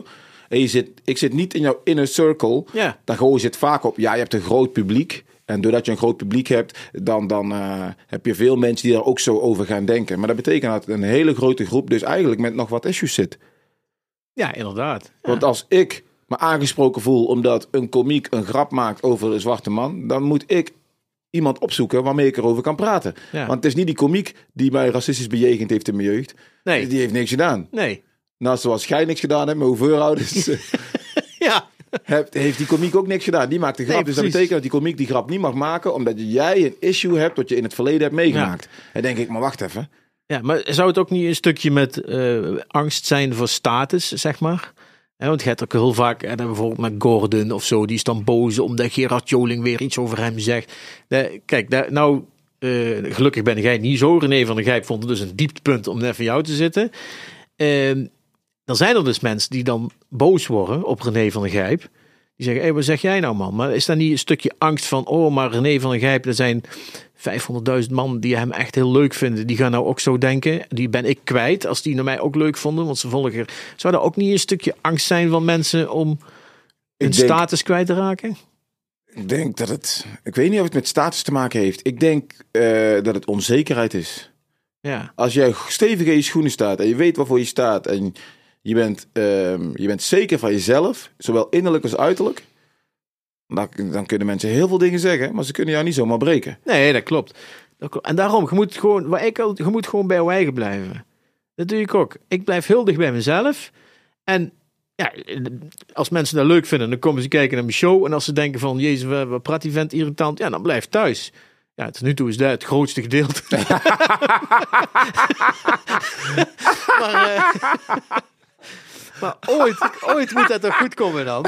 Speaker 3: en ik zit niet in jouw inner circle, dan gooi je het vaak op. Ja, je hebt een groot publiek. En doordat je een groot publiek hebt, dan heb je veel mensen die daar ook zo over gaan denken. Maar dat betekent dat een hele grote groep dus eigenlijk met nog wat issues zit.
Speaker 4: Ja, inderdaad. Ja.
Speaker 3: Want als ik me aangesproken voel omdat een komiek een grap maakt over een zwarte man, dan moet ik iemand opzoeken waarmee ik erover kan praten. Ja. Want het is niet die komiek die mij racistisch bejegend heeft in mijn jeugd.
Speaker 4: Nee.
Speaker 3: Die heeft niks gedaan.
Speaker 4: Nee.
Speaker 3: Nou, zoals jij niks gedaan hebt, mijn voorouders...
Speaker 4: ja.
Speaker 3: Heeft die komiek ook niks gedaan. Die maakt de grap. Nee, dus dat betekent dat die komiek die grap niet mag maken, omdat jij een issue hebt wat je in het verleden hebt meegemaakt. Ja. En denk ik, maar wacht even.
Speaker 4: Ja, maar zou het ook niet een stukje met angst zijn voor status, zeg maar? Want je hebt ook heel vaak, bijvoorbeeld met Gordon of zo, die is dan boos omdat Gerard Joling weer iets over hem zegt. Kijk, gelukkig ben jij niet zo. René van der Gijp vond het dus een dieptepunt om net van jou te zitten. Dan zijn er dus mensen die dan boos worden op René van der Gijp. Die zeggen, hey, wat zeg jij nou, man? Maar is dat niet een stukje angst van, maar René van der Gijp, er zijn 500.000 man die hem echt heel leuk vinden. Die gaan nou ook zo denken. Die ben ik kwijt als die naar mij ook leuk vonden. Want ze volgen. Zou er ook niet een stukje angst zijn van mensen om hun status kwijt te raken?
Speaker 3: Ik denk dat het... Ik weet niet of het met status te maken heeft. Ik denk dat het onzekerheid is.
Speaker 4: Ja.
Speaker 3: Als jij stevig in je schoenen staat en je weet waarvoor je staat en je bent zeker van jezelf, zowel innerlijk als uiterlijk, dan kunnen mensen heel veel dingen zeggen, maar ze kunnen jou niet zomaar breken.
Speaker 4: Nee, dat klopt. En daarom, je moet gewoon bij je eigen blijven. Dat doe ik ook. Ik blijf heel dicht bij mezelf. En ja, als mensen dat leuk vinden, dan komen ze kijken naar mijn show. En als ze denken van, jezus, wat praat die vent irritant, ja, dan blijf thuis. Ja, tot nu toe is dat het grootste gedeelte. Maar ooit moet dat toch goed komen dan?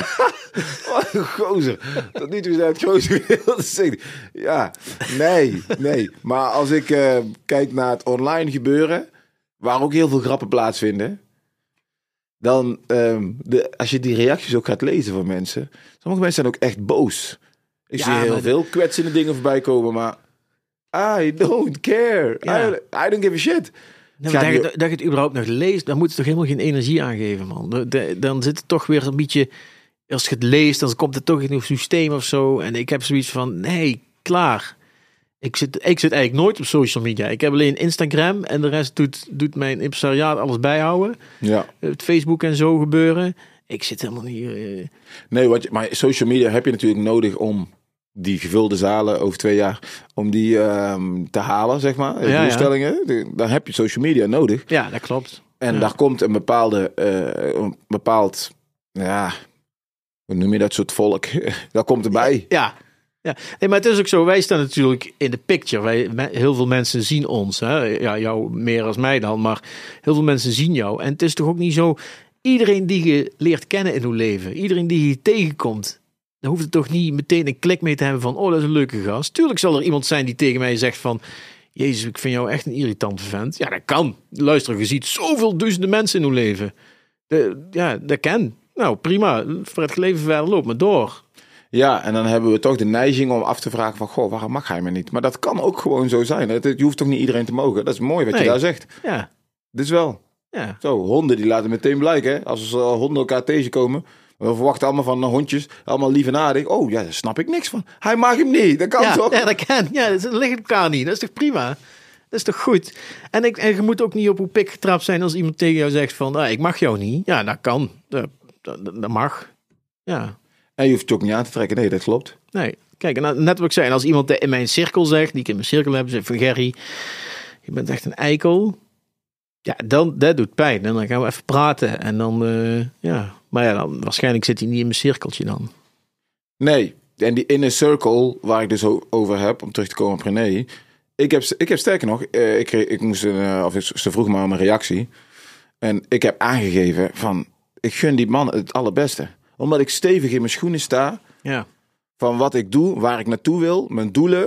Speaker 3: Gozer, tot nu toe is dat het grootste gedeelte. Ja, nee. Maar als ik kijk naar het online gebeuren, waar ook heel veel grappen plaatsvinden, dan, als je die reacties ook gaat lezen van mensen, sommige mensen zijn ook echt boos. Ik zie heel veel kwetsende dingen voorbij komen, maar I don't care. Ja. I don't give a shit.
Speaker 4: Nee, dat je het überhaupt nog leest, dan moet het toch helemaal geen energie aangeven, man. Dan zit het toch weer een beetje, als je het leest, dan komt het toch in een systeem of zo. En ik heb zoiets van, nee, klaar. Ik zit eigenlijk nooit op social media. Ik heb alleen Instagram en de rest doet mijn impresariaat alles bijhouden. Ja. Het Facebook en zo gebeuren. Ik zit helemaal niet...
Speaker 3: Nee, maar social media heb je natuurlijk nodig om die gevulde zalen over 2 jaar, om die te halen, zeg maar. Doelstellingen. Ja. Dan heb je social media nodig.
Speaker 4: Ja, dat klopt.
Speaker 3: En daar komt een bepaald, ja, hoe noem je dat soort volk? Dat komt erbij.
Speaker 4: Ja. Nee, maar het is ook zo, wij staan natuurlijk in de picture. Heel veel mensen zien ons. Hè? Ja, jou meer als mij dan, maar heel veel mensen zien jou. En het is toch ook niet zo, iedereen die je leert kennen in uw leven, iedereen die je tegenkomt, dan hoeft het toch niet meteen een klik mee te hebben van, dat is een leuke gast. Tuurlijk zal er iemand zijn die tegen mij zegt van, jezus, ik vind jou echt een irritante vent. Ja, dat kan. Luister, je ziet zoveel duizenden mensen in uw leven. Dat kan. Nou, prima. Voor het leven verder loopt maar door.
Speaker 3: Ja, en dan hebben we toch de neiging om af te vragen van, goh, waarom mag hij me niet? Maar dat kan ook gewoon zo zijn. Je hoeft toch niet iedereen te mogen? Dat is mooi wat je daar zegt.
Speaker 4: Ja.
Speaker 3: Dus wel.
Speaker 4: Ja.
Speaker 3: Zo, honden die laten meteen blijken. Hè? Als honden elkaar tegenkomen, we verwachten allemaal van hondjes, allemaal lief en aardig. Oh ja, daar snap ik niks van. Hij mag hem niet, dat kan toch?
Speaker 4: Ja, dat kan. Ja, dat ligt elkaar niet. Dat is toch prima? Dat is toch goed? En je moet ook niet op uw pik getrapt zijn als iemand tegen jou zegt van, ik mag jou niet. Ja, dat kan. Dat mag. Ja.
Speaker 3: En je hoeft het ook niet aan te trekken. Nee, dat klopt.
Speaker 4: Nee. Kijk, en net wat ik zei, en als iemand in mijn cirkel zegt, die ik in mijn cirkel heb, zegt van, Gerry, je bent echt een eikel. Ja, dat doet pijn. En dan gaan we even praten. En dan, maar ja, dan waarschijnlijk zit hij niet in mijn cirkeltje dan.
Speaker 3: Nee, en die inner circle, waar ik dus over heb, om terug te komen op René. Ik heb sterker nog, ze vroeg me om een reactie. En ik heb aangegeven van, ik gun die man het allerbeste. Omdat ik stevig in mijn schoenen sta.
Speaker 4: Ja.
Speaker 3: Van wat ik doe, waar ik naartoe wil, mijn doelen,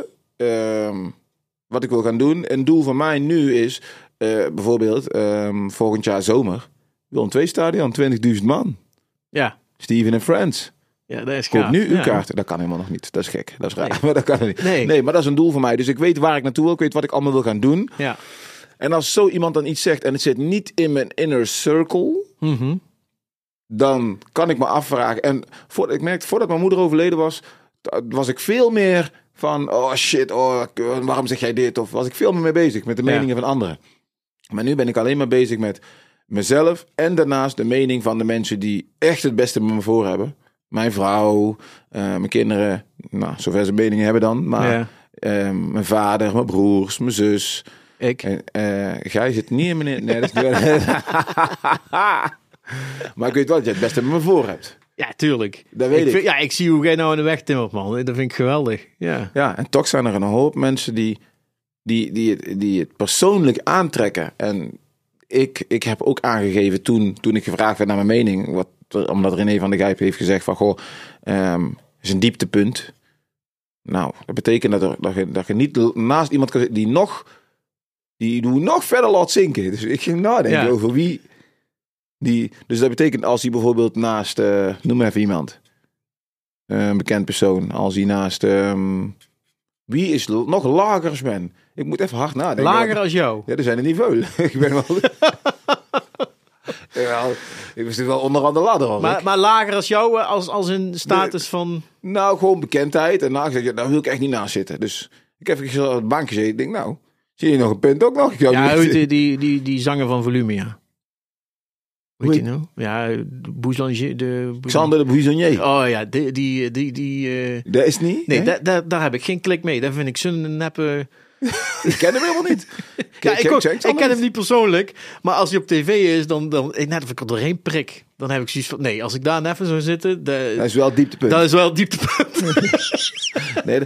Speaker 3: wat ik wil gaan doen. Een doel van mij nu is, bijvoorbeeld, volgend jaar zomer, ik wil een 2-stadion, 20.000 man.
Speaker 4: Ja.
Speaker 3: Steven and Friends.
Speaker 4: Ja, dat is
Speaker 3: Koop nu uw kaarten. Dat kan helemaal nog niet. Dat is gek. Dat is raar. Nee. Maar dat kan niet. Nee, maar dat is een doel voor mij. Dus ik weet waar ik naartoe wil. Ik weet wat ik allemaal wil gaan doen.
Speaker 4: Ja.
Speaker 3: En als zo iemand dan iets zegt en het zit niet in mijn inner circle, dan kan ik me afvragen. En ik merkte, voordat mijn moeder overleden was ik veel meer van, oh shit, waarom zeg jij dit? Of was ik veel meer mee bezig met de meningen van anderen. Maar nu ben ik alleen maar bezig met mezelf en daarnaast de mening van de mensen die echt het beste met me voor hebben. Mijn vrouw, mijn kinderen, nou, zover ze meningen hebben dan. Maar mijn vader, mijn broers, mijn zus.
Speaker 4: Ik.
Speaker 3: Jij zit niet in mijn... Nee, dat is niet maar ik weet wel dat je het beste met me voor hebt.
Speaker 4: Ja, tuurlijk.
Speaker 3: Dat weet ik.
Speaker 4: Ik zie hoe jij nou in de weg timmert, man. Dat vind ik geweldig. Ja,
Speaker 3: En toch zijn er een hoop mensen die het persoonlijk aantrekken. En ik heb ook aangegeven toen ik gevraagd werd naar mijn mening, omdat René van der Gijp heeft gezegd van, goh, is een dieptepunt. Nou, dat betekent dat je niet naast iemand kan die nog verder laat zinken. Dus ik ging nadenken over wie... Dus dat betekent als hij bijvoorbeeld naast... noem even iemand. Een bekend persoon. Als hij naast... wie is nog lager als ben? Ik moet even hard nadenken.
Speaker 4: Lager als jou?
Speaker 3: Ja, er zijn er niet veel. Ik ben wel... ik was wel onderaan de ladder.
Speaker 4: Maar lager als jou als een status van...
Speaker 3: Nou, gewoon bekendheid. En nou, daar wil ik echt niet naast zitten. Dus ik heb even op het bankje gezeten. Ik denk, nou, zie je nog een punt ook nog?
Speaker 4: Die zanger van Volumia. Weet je nou? Ja,
Speaker 3: Xander de Buissonnier.
Speaker 4: Oh ja,
Speaker 3: Dat is niet?
Speaker 4: Nee, daar heb ik geen klik mee. Dat vind ik zo'n neppe...
Speaker 3: Ik ken hem helemaal niet.
Speaker 4: Ik ken hem niet persoonlijk. Maar als hij op tv is, dan net of ik er doorheen prik. Dan heb ik zoiets van... Nee, als ik daar even zou zitten... Dat
Speaker 3: is wel het dieptepunt.
Speaker 4: Dat is wel het dieptepunt.
Speaker 3: Nee,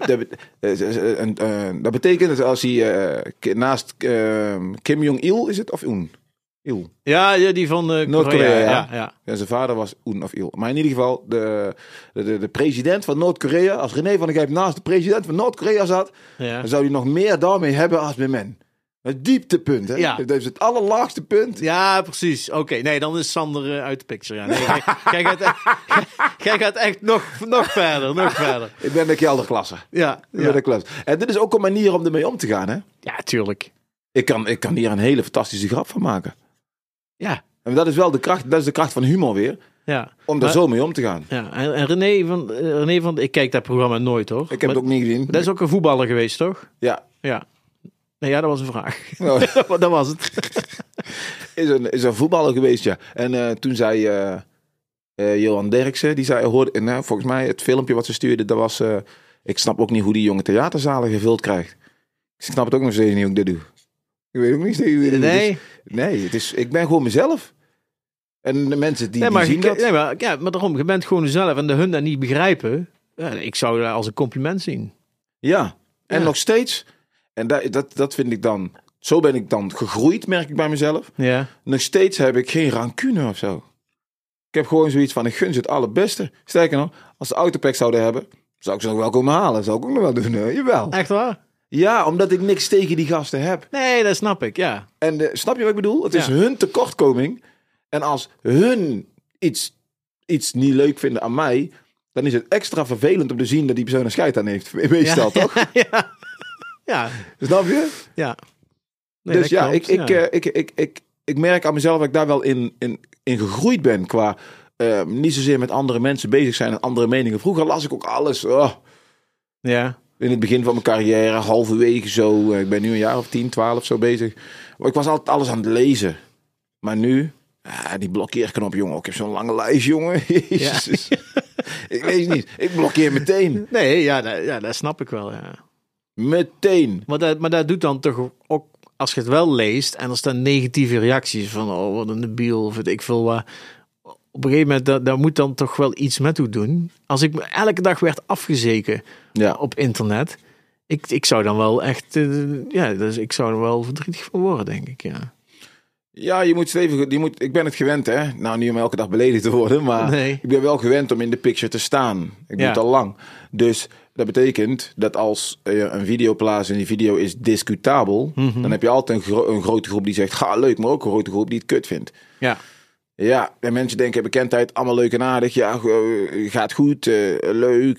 Speaker 3: dat betekent dat als hij naast Kim Jong-il is het? Of Un? Il.
Speaker 4: Ja, die van
Speaker 3: Noord-Korea. Ja. Zijn vader was Un of Il. Maar in ieder geval, de president van Noord-Korea, als René van der Gijp naast de president van Noord-Korea zat, dan zou hij nog meer daarmee hebben als met men. Het dieptepunt, hè?
Speaker 4: Ja.
Speaker 3: Dat is het allerlaagste punt.
Speaker 4: Ja, precies. Oké, nee, dan is Sander uit de picture. Ja. Nee, jij gaat echt nog verder.
Speaker 3: Ik ben de kelderklasse.
Speaker 4: Ja.
Speaker 3: En dit is ook een manier om ermee om te gaan, hè?
Speaker 4: Ja, tuurlijk.
Speaker 3: Ik kan hier een hele fantastische grap van maken.
Speaker 4: Ja.
Speaker 3: En dat is wel de kracht van humor weer.
Speaker 4: Ja.
Speaker 3: Om daar zo mee om te gaan.
Speaker 4: Ja. En René van... Ik kijk dat programma nooit, hoor.
Speaker 3: Ik heb het ook niet gezien.
Speaker 4: Dat is ook een voetballer geweest, toch?
Speaker 3: Ja.
Speaker 4: Nee, dat was een vraag.
Speaker 3: Oh.
Speaker 4: Dat was het.
Speaker 3: Is een voetballer geweest, ja. En toen zei Johan Derksen, die zei, volgens mij het filmpje wat ze stuurde, dat was... ik snap ook niet hoe die jonge theaterzalen gevuld krijgt. Ik snap het ook nog steeds niet hoe ik dit doe. Ik weet ook niet steeds hoe ik dit doe. Nee, ik ben gewoon mezelf. En de mensen die zien dat...
Speaker 4: Nee, maar daarom, je bent gewoon jezelf en de hun dat niet begrijpen. Ja, ik zou dat als een compliment zien.
Speaker 3: Ja, en nog steeds... En dat vind ik dan... Zo ben ik dan gegroeid, merk ik bij mezelf.
Speaker 4: Ja.
Speaker 3: Nog steeds heb ik geen rancune of zo. Ik heb gewoon zoiets van, ik gun ze het allerbeste. Sterker nog, als ze Autopack zouden hebben, zou ik ze nog wel komen halen. Zou ik ook nog wel doen. Jawel.
Speaker 4: Echt waar?
Speaker 3: Ja, omdat ik niks tegen die gasten heb.
Speaker 4: Nee, dat snap ik, ja.
Speaker 3: En snap je wat ik bedoel? Het is hun tekortkoming. En als hun iets niet leuk vinden aan mij, dan is het extra vervelend om te zien dat die persoon een scheid aan heeft. Meestal, toch?
Speaker 4: Ja.
Speaker 3: Snap je?
Speaker 4: Ja. Nee,
Speaker 3: dus ja, ik merk aan mezelf dat ik daar wel in gegroeid ben. Qua niet zozeer met andere mensen bezig zijn en andere meningen. Vroeger las ik ook alles.
Speaker 4: Ja.
Speaker 3: In het begin van mijn carrière, halverwege zo. Ik ben nu een jaar of 10, 12 zo bezig. Maar ik was altijd alles aan het lezen. Maar nu, die blokkeerknop, jongen. Ik heb zo'n lange lijst, jongen. Jezus. Ja. Ik lees niet. Ik blokkeer meteen.
Speaker 4: Nee, dat snap ik wel, ja.
Speaker 3: Meteen.
Speaker 4: Maar dat doet dan toch ook, als je het wel leest en er staan negatieve reacties van, wat een debiel, of weet ik veel wat. Op een gegeven moment, daar moet dan toch wel iets met toe doen. Als ik elke dag werd afgezeken op internet, ik zou dan wel echt, dus ik zou er wel verdrietig van worden, denk ik, ja.
Speaker 3: Ja, ik ben het gewend, hè. Nou, niet om elke dag beledigd te worden, maar ik ben wel gewend om in de picture te staan. Ik doe het al lang. Dus dat betekent dat als je een video plaatst en die video is discutabel, dan heb je altijd een grote groep die zegt, ga leuk, maar ook een grote groep die het kut vindt.
Speaker 4: Ja.
Speaker 3: Ja, en mensen denken bekendheid allemaal leuk en aardig. Ja, gaat goed, leuk.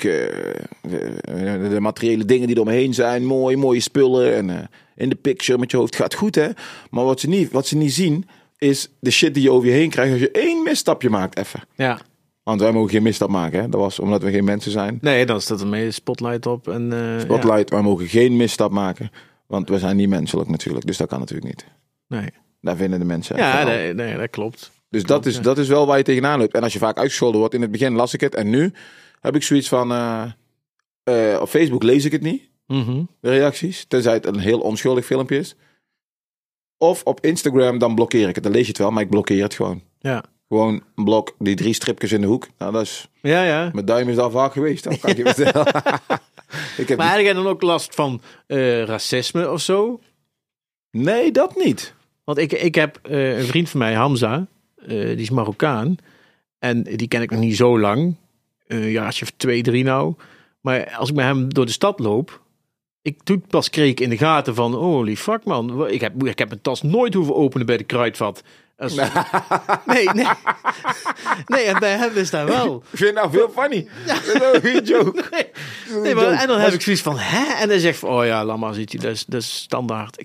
Speaker 3: De materiële dingen die eromheen zijn, mooi, mooie spullen. En in de picture met je hoofd gaat goed, hè. Maar wat ze niet zien, is de shit die je over je heen krijgt als je 1 misstapje maakt even.
Speaker 4: Ja.
Speaker 3: Want wij mogen geen misstap maken, hè. Dat was omdat we geen mensen zijn.
Speaker 4: Nee, dan staat er mee spotlight op. En,
Speaker 3: Spotlight, wij mogen geen misstap maken. Want we zijn niet menselijk natuurlijk, dus dat kan natuurlijk niet.
Speaker 4: Nee.
Speaker 3: Daar vinden de mensen.
Speaker 4: Ja, nee, dat klopt.
Speaker 3: Dus dat is wel waar je tegenaan loopt. En als je vaak uitgescholden wordt, in het begin las ik het. En nu heb ik zoiets van, op Facebook lees ik het niet.
Speaker 4: Mm-hmm.
Speaker 3: De reacties. Tenzij het een heel onschuldig filmpje is. Of op Instagram, dan blokkeer ik het. Dan lees je het wel, maar ik blokkeer het gewoon.
Speaker 4: Ja.
Speaker 3: Gewoon een blok, die 3 stripjes in de hoek. Nou, dat is...
Speaker 4: Ja.
Speaker 3: Mijn duim is daar vaak geweest, dat kan ik je vertellen.
Speaker 4: Maar heb jij dan ook last van racisme of zo?
Speaker 3: Nee, dat niet.
Speaker 4: Want ik heb een vriend van mij, Hamza, die is Marokkaan. En die ken ik nog niet zo lang. Een jaartje of 2, 3 nou. Maar als ik met hem door de stad loop, kreeg ik in de gaten van, holy fuck man, ik heb mijn tas nooit hoeven openen bij de kruidvat. Nee, en bij hem is dat wel.
Speaker 3: Ik vind het nou veel funny. Dat is ook een joke.
Speaker 4: Nee, maar, en dan heb ik zoiets van, hè? En dan zegt van, oh ja, laat maar zitten, dat is standaard.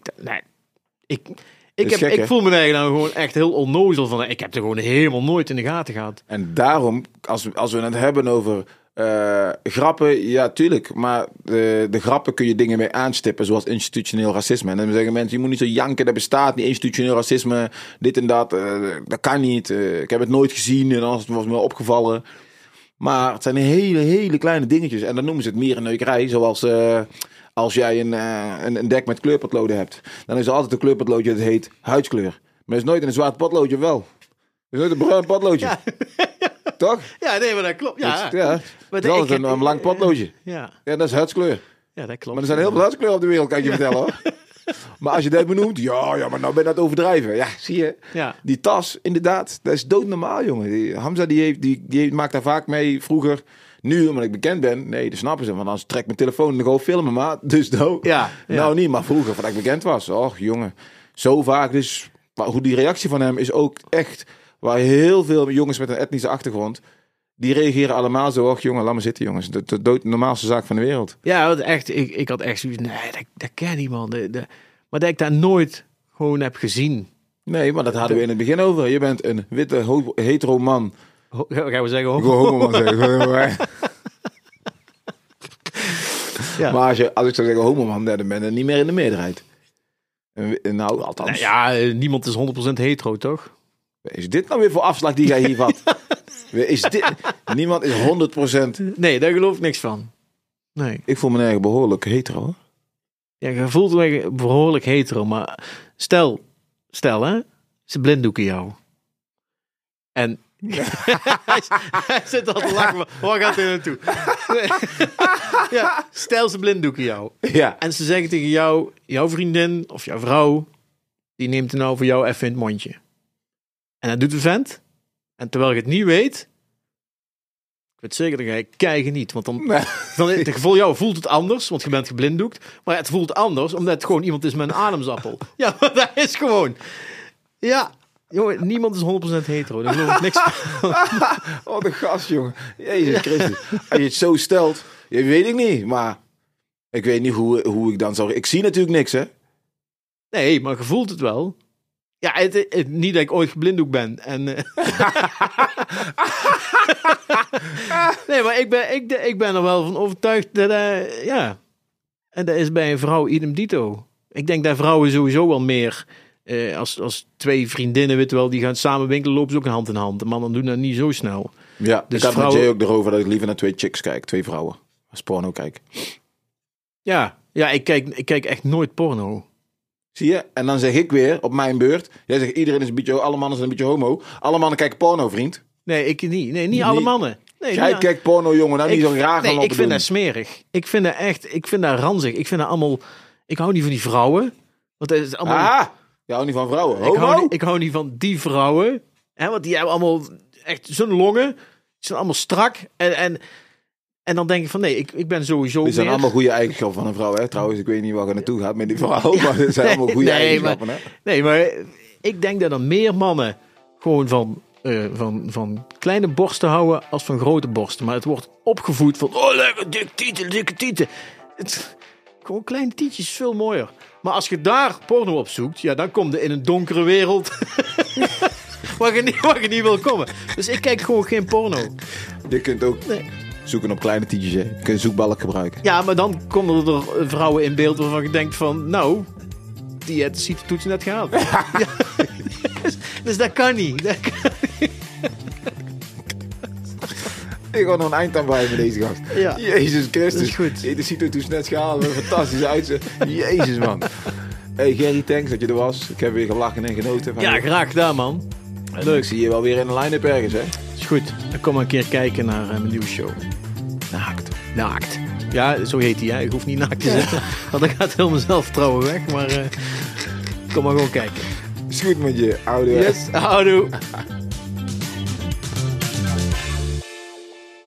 Speaker 4: Ik voel me eigenlijk nou gewoon echt heel onnozel van, ik heb er gewoon helemaal nooit in de gaten gehad.
Speaker 3: En daarom, als we het hebben over grappen, ja, tuurlijk. Maar de grappen kun je dingen mee aanstippen, zoals institutioneel racisme. En dan zeggen mensen, je moet niet zo janken, dat bestaat niet, institutioneel racisme, dit en dat. Dat kan niet. Ik heb het nooit gezien en anders was me opgevallen. Maar het zijn hele kleine dingetjes. En dan noemen ze het mierenneukerij, zoals als jij een dek met kleurpotloden hebt. Dan is er altijd een kleurpotloodje dat heet huidskleur. Maar er is nooit een zwart potloodje wel. Er is nooit een bruin potloodje. Ja. Toch?
Speaker 4: Ja, nee, maar dat klopt. Ja.
Speaker 3: Het is altijd een lang potloodje.
Speaker 4: Ja,
Speaker 3: dat is huidskleur.
Speaker 4: Ja, dat klopt.
Speaker 3: Maar er zijn heel veel huidskleuren op de wereld, kan ik je vertellen hoor. Maar als je dat benoemt, ja, maar nou ben je dat overdrijven. Ja, zie je. Ja. Die tas, inderdaad, dat is doodnormaal, jongen. Hamza die maakt daar vaak mee vroeger. Nu, omdat ik bekend ben, nee, dat snappen ze. Want anders trek mijn telefoon en dan gewoon filmen, maar dus nou niet. Maar vroeger, voordat ik bekend was, och jongen, zo vaak. Dus maar hoe die reactie van hem is ook echt, waar heel veel jongens met een etnische achtergrond, die reageren allemaal zo, och jongen, laat me zitten jongens. De normaalste zaak van de wereld.
Speaker 4: Ja, echt, ik had echt zoiets, nee, dat ken niemand. Maar dat ik daar nooit gewoon heb gezien.
Speaker 3: Nee, maar dat hadden we in het begin over. Je bent een witte, hetero man.
Speaker 4: Gaan we zeggen
Speaker 3: homo man zeggen. Ja. Maar als ik zou zeggen homo man, dan ben je niet meer in de meerderheid. Nou, althans.
Speaker 4: Nou ja, niemand is 100% hetero, toch?
Speaker 3: Is dit nou weer voor afslag die jij hier vat? Niemand is 100%.
Speaker 4: Nee, daar geloof ik niks van. Nee.
Speaker 3: Ik voel me eigenlijk behoorlijk hetero.
Speaker 4: Ja, je voelt me behoorlijk hetero, maar stel hè, ze blinddoeken jou. En hij zit al te lachen, waar gaat hij naartoe? Ja, stel ze blinddoeken jou.
Speaker 3: Ja.
Speaker 4: En ze zeggen tegen jou, jouw vriendin of jouw vrouw, die neemt er nou voor jou even in het mondje. En dat doet de vent. En terwijl je het niet weet, ik weet zeker dat jij kijken niet. Want dan voor jou voelt het anders, want je bent geblinddoekt. Maar het voelt anders, omdat het gewoon iemand is met een ademsappel. Ja, maar dat is gewoon. Ja, jongen, niemand is 100% hetero. Daar geloof ik niks van.
Speaker 3: Oh, de gast, jongen. Jezus Christus. Als je het zo stelt, weet ik niet. Maar ik weet niet hoe ik dan zou. Ik zie natuurlijk niks, hè?
Speaker 4: Nee, maar je voelt het wel. Ja, niet dat ik ooit geblinddoekt ben. En, nee, maar ik ben er wel van overtuigd dat, ja. En dat is bij een vrouw idem dito. Ik denk dat vrouwen sowieso wel meer, als 2 vriendinnen, weet wel, die gaan samen winkelen, lopen ze ook hand in hand. De mannen doen dat niet zo snel.
Speaker 3: Ja, dus ik had met Jay ook erover dat ik liever naar 2 chicks kijk, 2 vrouwen. Als porno kijk.
Speaker 4: Ja, ik kijk echt nooit porno.
Speaker 3: Zie je? En dan zeg ik weer, op mijn beurt, jij zegt iedereen is een beetje, alle mannen zijn een beetje homo. Alle mannen kijken porno, vriend.
Speaker 4: Nee, ik niet. Nee, niet alle mannen. Nee,
Speaker 3: jij kijkt porno, jongen, nou niet zo graag gaan lopen doen.
Speaker 4: Ik vind dat smerig. Ik vind dat ranzig. Ik vind dat allemaal, ik hou niet van die vrouwen. Want dat is allemaal...
Speaker 3: je houdt niet van vrouwen. Homo?
Speaker 4: Ik hou niet van die vrouwen. Hè, want die hebben allemaal echt zo'n longen. Die zijn allemaal strak. En dan denk ik van nee, ik ben sowieso.
Speaker 3: Dit zijn allemaal goede eigenschappen van een vrouw, hè? Trouwens, ik weet niet waar je naartoe gaat met die vrouw, maar dit zijn allemaal goede eigenschappen, hè?
Speaker 4: Nee, maar ik denk dat er meer mannen gewoon van kleine borsten houden als van grote borsten. Maar het wordt opgevoed van lekker dikke tieten. Gewoon kleine tietjes is veel mooier. Maar als je daar porno op zoekt, ja, dan kom je in een donkere wereld. waar je niet wil komen. Dus ik kijk gewoon geen porno.
Speaker 3: Je kunt ook zoeken op kleine tietjes. Hè. Je kunt zoekbalk gebruiken.
Speaker 4: Ja, maar dan komen er vrouwen in beeld waarvan je denkt van... Nou, die heeft de CITO-toets net gehaald. Ja. Dus dat kan niet.
Speaker 3: Ik ga nog een eind aan bij met deze gast.
Speaker 4: Ja.
Speaker 3: Jezus Christus.
Speaker 4: Dat is goed.
Speaker 3: De CITO-toets net gehaald. Een fantastische uitzending. Jezus, man. Hey Gerry, thanks dat je er was. Ik heb weer gelachen en genoten. Van
Speaker 4: Ja,
Speaker 3: je.
Speaker 4: graag gedaan, man.
Speaker 3: Leuk. Ik zie je wel weer in de line-up ergens, hè?
Speaker 4: Is goed. Dan kom een keer kijken naar mijn nieuwe show. Naakt. Ja, zo heet hij. Hè? Ik hoef niet naakt te zitten. Want dan gaat heel mijn zelfvertrouwen weg. Maar kom maar gewoon kijken.
Speaker 3: Is goed met je, oude.
Speaker 4: Yes, houdoe.